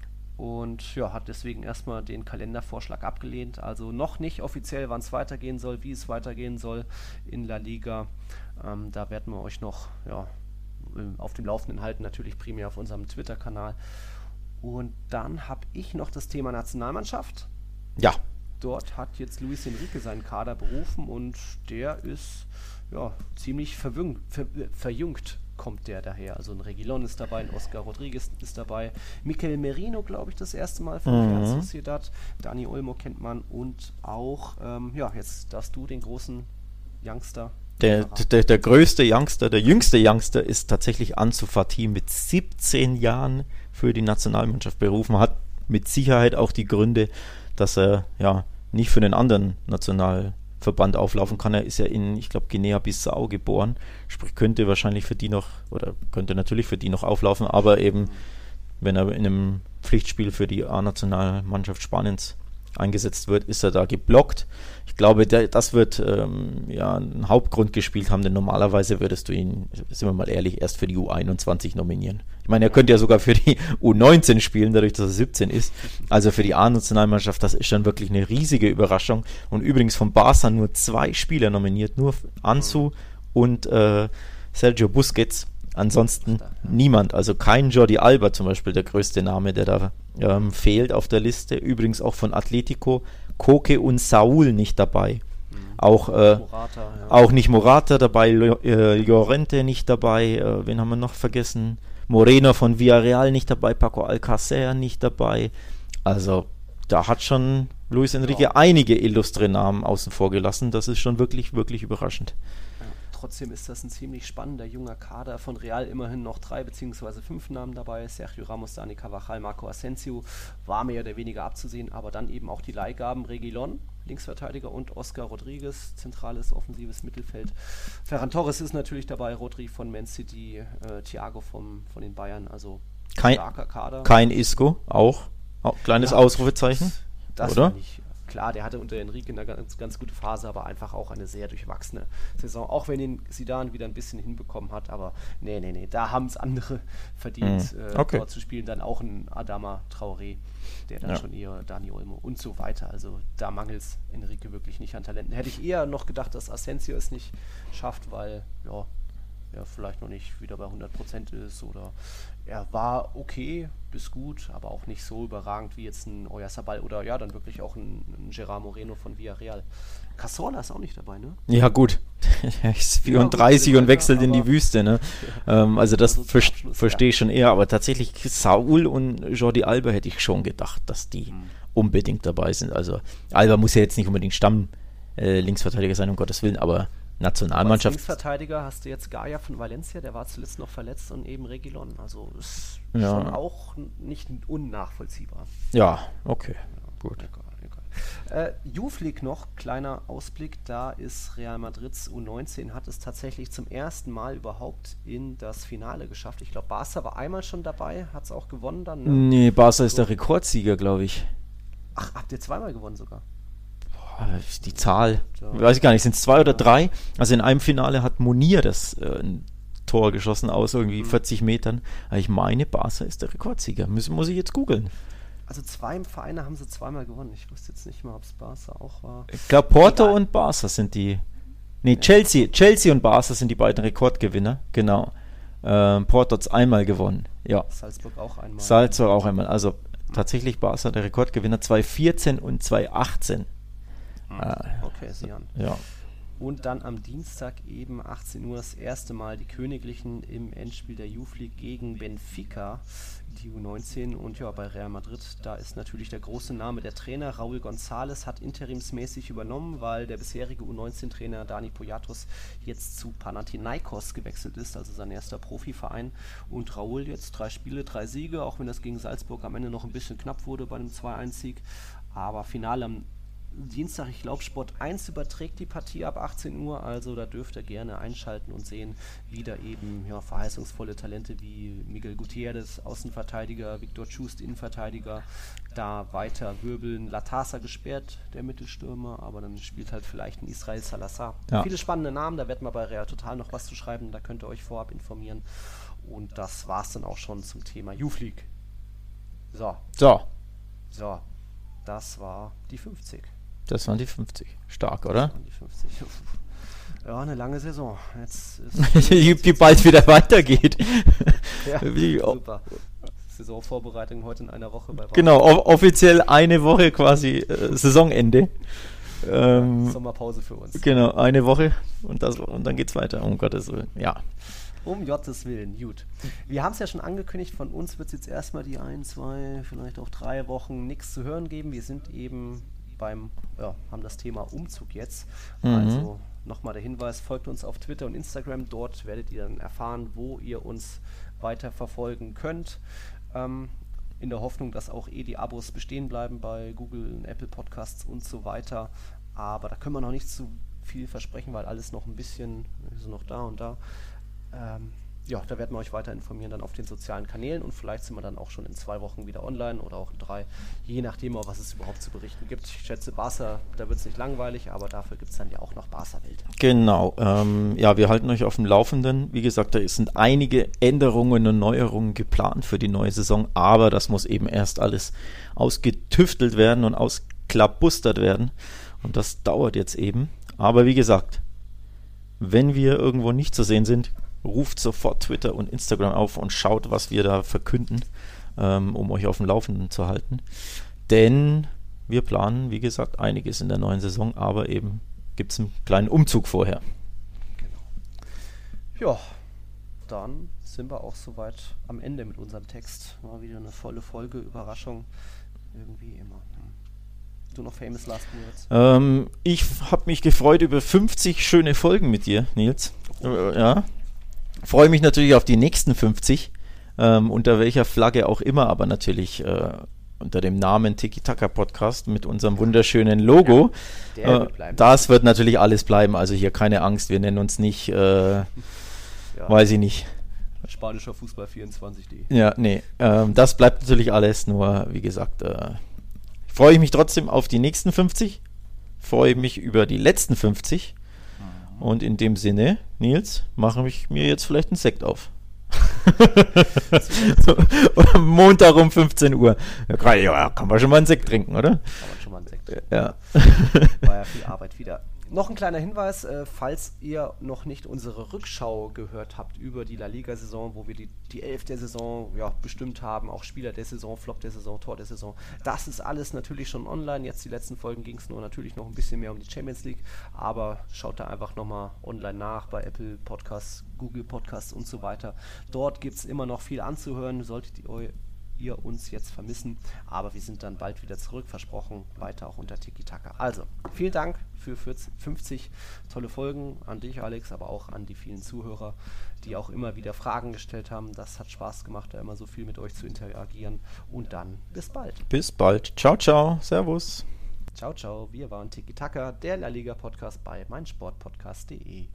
und ja, hat deswegen erstmal den Kalendervorschlag abgelehnt. Also noch nicht offiziell, wann es weitergehen soll, wie es weitergehen soll in La Liga. Ähm, da werden wir euch noch ja, auf dem Laufenden halten, natürlich primär auf unserem Twitter-Kanal. Und dann habe ich noch das Thema Nationalmannschaft. Ja. Dort hat jetzt Luis Enrique seinen Kader berufen und der ist ja ziemlich verwüng, ver, verjüngt. Kommt der daher. Also ein Reguilón ist dabei, ein Oscar Rodriguez ist dabei, Mikel Merino, glaube ich, das erste Mal für mhm. Real Sociedad, Dani Olmo kennt man und auch, ähm, ja, jetzt darfst du den großen Youngster. Der, der, der größte Youngster, der jüngste Youngster ist tatsächlich Ansu Fati mit siebzehn Jahren für die Nationalmannschaft berufen, hat mit Sicherheit auch die Gründe, dass er ja nicht für den anderen Nationalverband auflaufen kann. Er ist ja in, ich glaube, Guinea-Bissau geboren, sprich könnte wahrscheinlich für die noch, oder könnte natürlich für die noch auflaufen, aber eben, wenn er in einem Pflichtspiel für die A-Nationalmannschaft Spaniens eingesetzt wird, ist er da geblockt. Ich glaube, der, das wird ähm, ja einen Hauptgrund gespielt haben, denn normalerweise würdest du ihn, sind wir mal ehrlich, erst für die U einundzwanzig nominieren. Ich meine, er könnte ja sogar für die U neunzehn spielen, dadurch, dass er siebzehn ist. Also für die A-Nationalmannschaft, das ist schon wirklich eine riesige Überraschung. Und übrigens von Barca nur zwei Spieler nominiert, nur Ansu und äh, Sergio Busquets. Ansonsten niemand, also kein Jordi Alba zum Beispiel, der größte Name, der da ähm, fehlt auf der Liste. Übrigens auch von Atletico, Koke und Saúl nicht dabei. Mhm. Auch, äh, Morata, ja. auch nicht Morata dabei, äh, Llorente nicht dabei, äh, wen haben wir noch vergessen? Moreno von Villarreal nicht dabei, Paco Alcácer nicht dabei. Also da hat schon Luis Enrique ja. einige illustre Namen außen vor gelassen. Das ist schon wirklich, wirklich überraschend. Trotzdem ist das ein ziemlich spannender junger Kader. Von Real immerhin noch drei bzw. fünf Namen dabei. Sergio Ramos, Dani Carvajal, Marco Asensio war mehr oder weniger abzusehen, aber dann eben auch die Leihgaben Reguilón, Linksverteidiger, und Oscar Rodriguez, zentrales offensives Mittelfeld. Ferran Torres ist natürlich dabei, Rodri von Man City, äh, Thiago vom, von den Bayern, also kein, starker Kader. Kein Isco, auch, auch kleines ja, Ausrufezeichen, das oder? Nicht. Klar, der hatte unter Enrique eine ganz, ganz gute Phase, aber einfach auch eine sehr durchwachsene Saison. Auch wenn ihn Zidane wieder ein bisschen hinbekommen hat, aber nee, nee, nee, da haben es andere verdient, mm, okay. äh, dort zu spielen. Dann auch ein Adama Traoré, der dann ja. schon eher Dani Olmo und so weiter. Also da mangelt es Enrique wirklich nicht an Talenten. Hätte ich eher noch gedacht, dass Asensio es nicht schafft, weil ja, er vielleicht noch nicht wieder bei hundert Prozent ist, oder er war okay bis gut, aber auch nicht so überragend wie jetzt ein Oyarzabal oder ja, dann wirklich auch ein, ein Gerard Moreno von Villarreal. Cazorla ist auch nicht dabei, ne? Ja gut, er ist vierunddreißig ja, gut, und wechselt in die Wüste, ne? Ja. Ähm, also das also ver- verstehe ich schon eher, aber tatsächlich Saúl und Jordi Alba hätte ich schon gedacht, dass die hm. unbedingt dabei sind. Also Alba muss ja jetzt nicht unbedingt Stamm äh, Linksverteidiger sein, um Gottes Willen, aber Nationalmannschaft. Als Linksverteidiger hast du jetzt Gaia von Valencia, der war zuletzt noch verletzt, und eben Reguilón. Also ist ja. schon auch nicht unnachvollziehbar. Ja, okay, ja, gut. Egal, egal. Äh, Youth League noch, kleiner Ausblick, da ist Real Madrids U neunzehn, hat es tatsächlich zum ersten Mal überhaupt in das Finale geschafft. Ich glaube, Barca war einmal schon dabei, hat es auch gewonnen dann. Ne? Nee, Barca ist der Rekordsieger, glaube ich. Ach, habt ihr zweimal gewonnen sogar? Die Zahl, ja. weiß ich gar nicht, sind es zwei oder drei? Also in einem Finale hat Munir das äh, ein Tor geschossen aus irgendwie mhm. vierzig Metern. Aber ich meine, Barca ist der Rekordsieger. Muss, muss ich jetzt googeln. Also zwei Vereine haben sie zweimal gewonnen. Ich wusste jetzt nicht mal, ob es Barca auch war. Ich glaube, Porto Egal. und Barca sind die. Nee, ja. Chelsea. Chelsea und Barca sind die beiden Rekordgewinner. Genau. Ähm, Porto hat es einmal gewonnen. Ja. Salzburg auch einmal. Salzburg auch einmal. Also mhm. tatsächlich Barca der Rekordgewinner. zwanzig vierzehn und zwanzig achtzehn. Okay, Sian. Ja. Und dann am Dienstag eben achtzehn Uhr das erste Mal die Königlichen im Endspiel der Youth League gegen Benfica, die U neunzehn. Und ja, bei Real Madrid, da ist natürlich der große Name der Trainer. Raúl González hat interimsmäßig übernommen, weil der bisherige U neunzehn-Trainer Dani Poyatos jetzt zu Panathinaikos gewechselt ist, also sein erster Profiverein. Und Raúl jetzt drei Spiele, drei Siege, auch wenn das gegen Salzburg am Ende noch ein bisschen knapp wurde bei einem zwei eins Sieg. Aber Finale am Dienstag, ich glaube, Sport eins überträgt die Partie ab achtzehn Uhr, also da dürft ihr gerne einschalten und sehen, wie da eben ja, verheißungsvolle Talente wie Miguel Gutierrez, Außenverteidiger, Viktor Tschust, Innenverteidiger, da weiter wirbeln. Latasa gesperrt, der Mittelstürmer, aber dann spielt halt vielleicht ein Israel Salazar. Ja. Viele spannende Namen, da wird man bei Real Total noch was zu schreiben, da könnt ihr euch vorab informieren. Und das war's dann auch schon zum Thema Youth League. So. So. So. Das war die fünfzig. Das waren die fünfzig. Stark, oder? Das waren die fünfzig. Ja, eine lange Saison. Jetzt ist die, die bald wieder weitergeht. Ja, Wie, super. Saisonvorbereitung heute in einer Woche. Bei genau, o- offiziell eine Woche quasi äh, Saisonende. Ähm, ja, Sommerpause für uns. Genau, eine Woche und, das, und dann geht's weiter. Um Gottes Willen. Ja. Um Gottes Willen, gut. Wir haben es ja schon angekündigt, von uns wird es jetzt erstmal die ein, zwei, vielleicht auch drei Wochen nichts zu hören geben. Wir sind eben beim, ja, haben das Thema Umzug jetzt. Mhm. Also nochmal der Hinweis, folgt uns auf Twitter und Instagram. Dort werdet ihr dann erfahren, wo ihr uns weiter verfolgen könnt. Ähm, in der Hoffnung, dass auch eh die Abos bestehen bleiben bei Google und Apple Podcasts und so weiter. Aber da können wir noch nicht zu viel versprechen, weil alles noch ein bisschen, ist noch da und da. Ähm, ja, da werden wir euch weiter informieren dann auf den sozialen Kanälen und vielleicht sind wir dann auch schon in zwei Wochen wieder online oder auch in drei, je nachdem, was es überhaupt zu berichten gibt. Ich schätze, Barca, da wird es nicht langweilig, aber dafür gibt es dann ja auch noch Barca-Welt. Genau, ähm, ja, wir halten euch auf dem Laufenden. Wie gesagt, da sind einige Änderungen und Neuerungen geplant für die neue Saison, aber das muss eben erst alles ausgetüftelt werden und ausklabustert werden und das dauert jetzt eben. Aber wie gesagt, wenn wir irgendwo nicht zu sehen sind, ruft sofort Twitter und Instagram auf und schaut, was wir da verkünden, ähm, um euch auf dem Laufenden zu halten. Denn wir planen, wie gesagt, einiges in der neuen Saison, aber eben gibt es einen kleinen Umzug vorher. Genau. Ja, dann sind wir auch soweit am Ende mit unserem Text. Mal wieder eine volle Folge, Überraschung, irgendwie immer. Du noch famous last words? Ähm, ich habe mich gefreut über fünfzig schöne Folgen mit dir, Nils. Oh. Äh, ja. Freue mich natürlich auf die nächsten fünfzig, ähm, unter welcher Flagge auch immer, aber natürlich äh, unter dem Namen Tiki-Taka Podcast mit unserem wunderschönen Logo. Ja, der wird bleiben. Äh, das wird natürlich alles bleiben, also hier keine Angst, wir nennen uns nicht, äh, ja. weiß ich nicht. Spanischer Fußball vierundzwanzig punkt de. Ja, nee, ähm, das bleibt natürlich alles, nur wie gesagt, äh, freue ich mich trotzdem auf die nächsten fünfzig, freue mich über die letzten fünfzig. Und in dem Sinne, Nils, mache ich mir jetzt vielleicht einen Sekt auf. Montag um fünfzehn Uhr. Ja, kann, ja, kann man schon mal einen Sekt trinken, oder? Kann man schon mal einen Sekt trinken. Ja. War ja viel Arbeit wieder. Noch ein kleiner Hinweis, äh, falls ihr noch nicht unsere Rückschau gehört habt über die La Liga-Saison, wo wir die, die Elf der Saison ja, bestimmt haben, auch Spieler der Saison, Flop der Saison, Tor der Saison. Das ist alles natürlich schon online. Jetzt die letzten Folgen ging es nur natürlich noch ein bisschen mehr um die Champions League, aber schaut da einfach nochmal online nach bei Apple Podcasts, Google Podcasts und so weiter. Dort gibt es immer noch viel anzuhören, solltet ihr euch ihr uns jetzt vermissen, aber wir sind dann bald wieder zurück, versprochen, weiter auch unter Tiki-Taka. Also, vielen Dank für vierzig, fünfzig tolle Folgen an dich, Alex, aber auch an die vielen Zuhörer, die auch immer wieder Fragen gestellt haben. Das hat Spaß gemacht, da immer so viel mit euch zu interagieren und dann bis bald. Bis bald. Ciao, ciao. Servus. Ciao, ciao. Wir waren Tiki-Taka, der La Liga Podcast bei meinsportpodcast punkt de.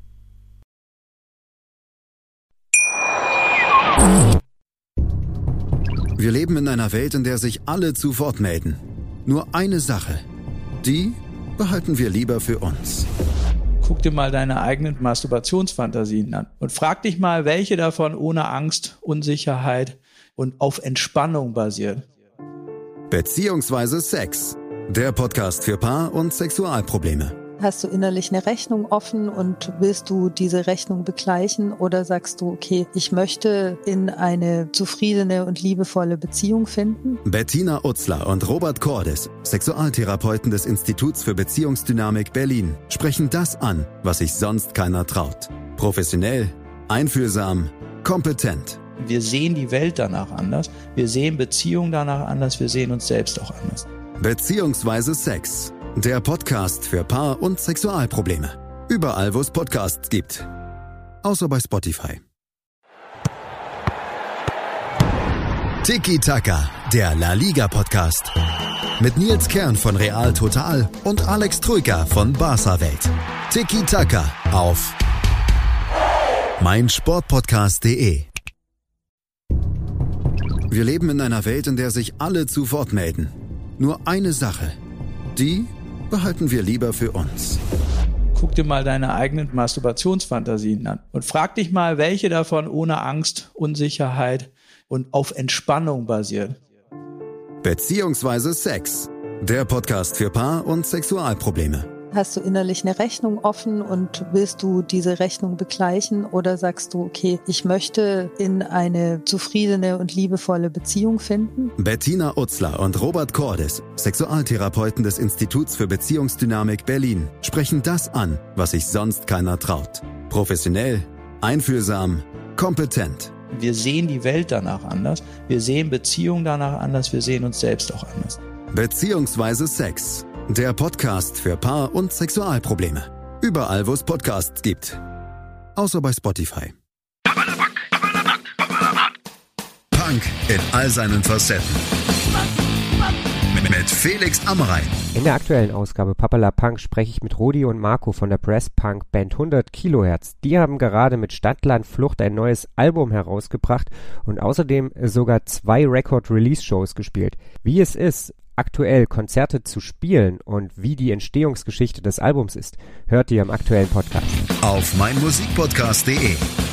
Wir leben in einer Welt, in der sich alle zu Wort melden. Nur eine Sache, die behalten wir lieber für uns. Guck dir mal deine eigenen Masturbationsfantasien an und frag dich mal, welche davon ohne Angst, Unsicherheit und auf Entspannung basieren. Beziehungsweise Sex, der Podcast für Paar- und Sexualprobleme. Hast du innerlich eine Rechnung offen und willst du diese Rechnung begleichen oder sagst du, okay, ich möchte in eine zufriedene und liebevolle Beziehung finden? Bettina Utzler und Robert Cordes, Sexualtherapeuten des Instituts für Beziehungsdynamik Berlin, sprechen das an, was sich sonst keiner traut. Professionell, einfühlsam, kompetent. Wir sehen die Welt danach anders, wir sehen Beziehungen danach anders, wir sehen uns selbst auch anders. Beziehungsweise Sex. Der Podcast für Paar- und Sexualprobleme. Überall, wo es Podcasts gibt. Außer bei Spotify. Tiki-Taka, der La Liga Podcast. Mit Nils Kern von Real Total und Alex Troika von Barca Welt. Tiki-Taka auf meinsportpodcast punkt de. Wir leben in einer Welt, in der sich alle zu Wort melden. Nur eine Sache, die behalten wir lieber für uns. Guck dir mal deine eigenen Masturbationsfantasien an und frag dich mal, welche davon ohne Angst, Unsicherheit und auf Entspannung basieren. Beziehungsweise Sex, der Podcast für Paar- und Sexualprobleme. Hast du innerlich eine Rechnung offen und willst du diese Rechnung begleichen oder sagst du, okay, ich möchte in eine zufriedene und liebevolle Beziehung finden? Bettina Utzler und Robert Cordes, Sexualtherapeuten des Instituts für Beziehungsdynamik Berlin, sprechen das an, was sich sonst keiner traut. Professionell, einfühlsam, kompetent. Wir sehen die Welt danach anders, wir sehen Beziehungen danach anders, wir sehen uns selbst auch anders. Beziehungsweise Sex. Der Podcast für Paar- und Sexualprobleme. Überall, wo es Podcasts gibt. Außer bei Spotify. Punk in all seinen Facetten. Mit mit Felix Amrein. In der aktuellen Ausgabe Papala Punk spreche ich mit Rudi und Marco von der Brass-Punk-Band hundert Kilohertz. Die haben gerade mit Stadtland Flucht ein neues Album herausgebracht und außerdem sogar zwei Record-Release-Shows gespielt. Wie es ist, aktuell Konzerte zu spielen und wie die Entstehungsgeschichte des Albums ist, hört ihr im aktuellen Podcast. Auf meinmusikpodcast punkt de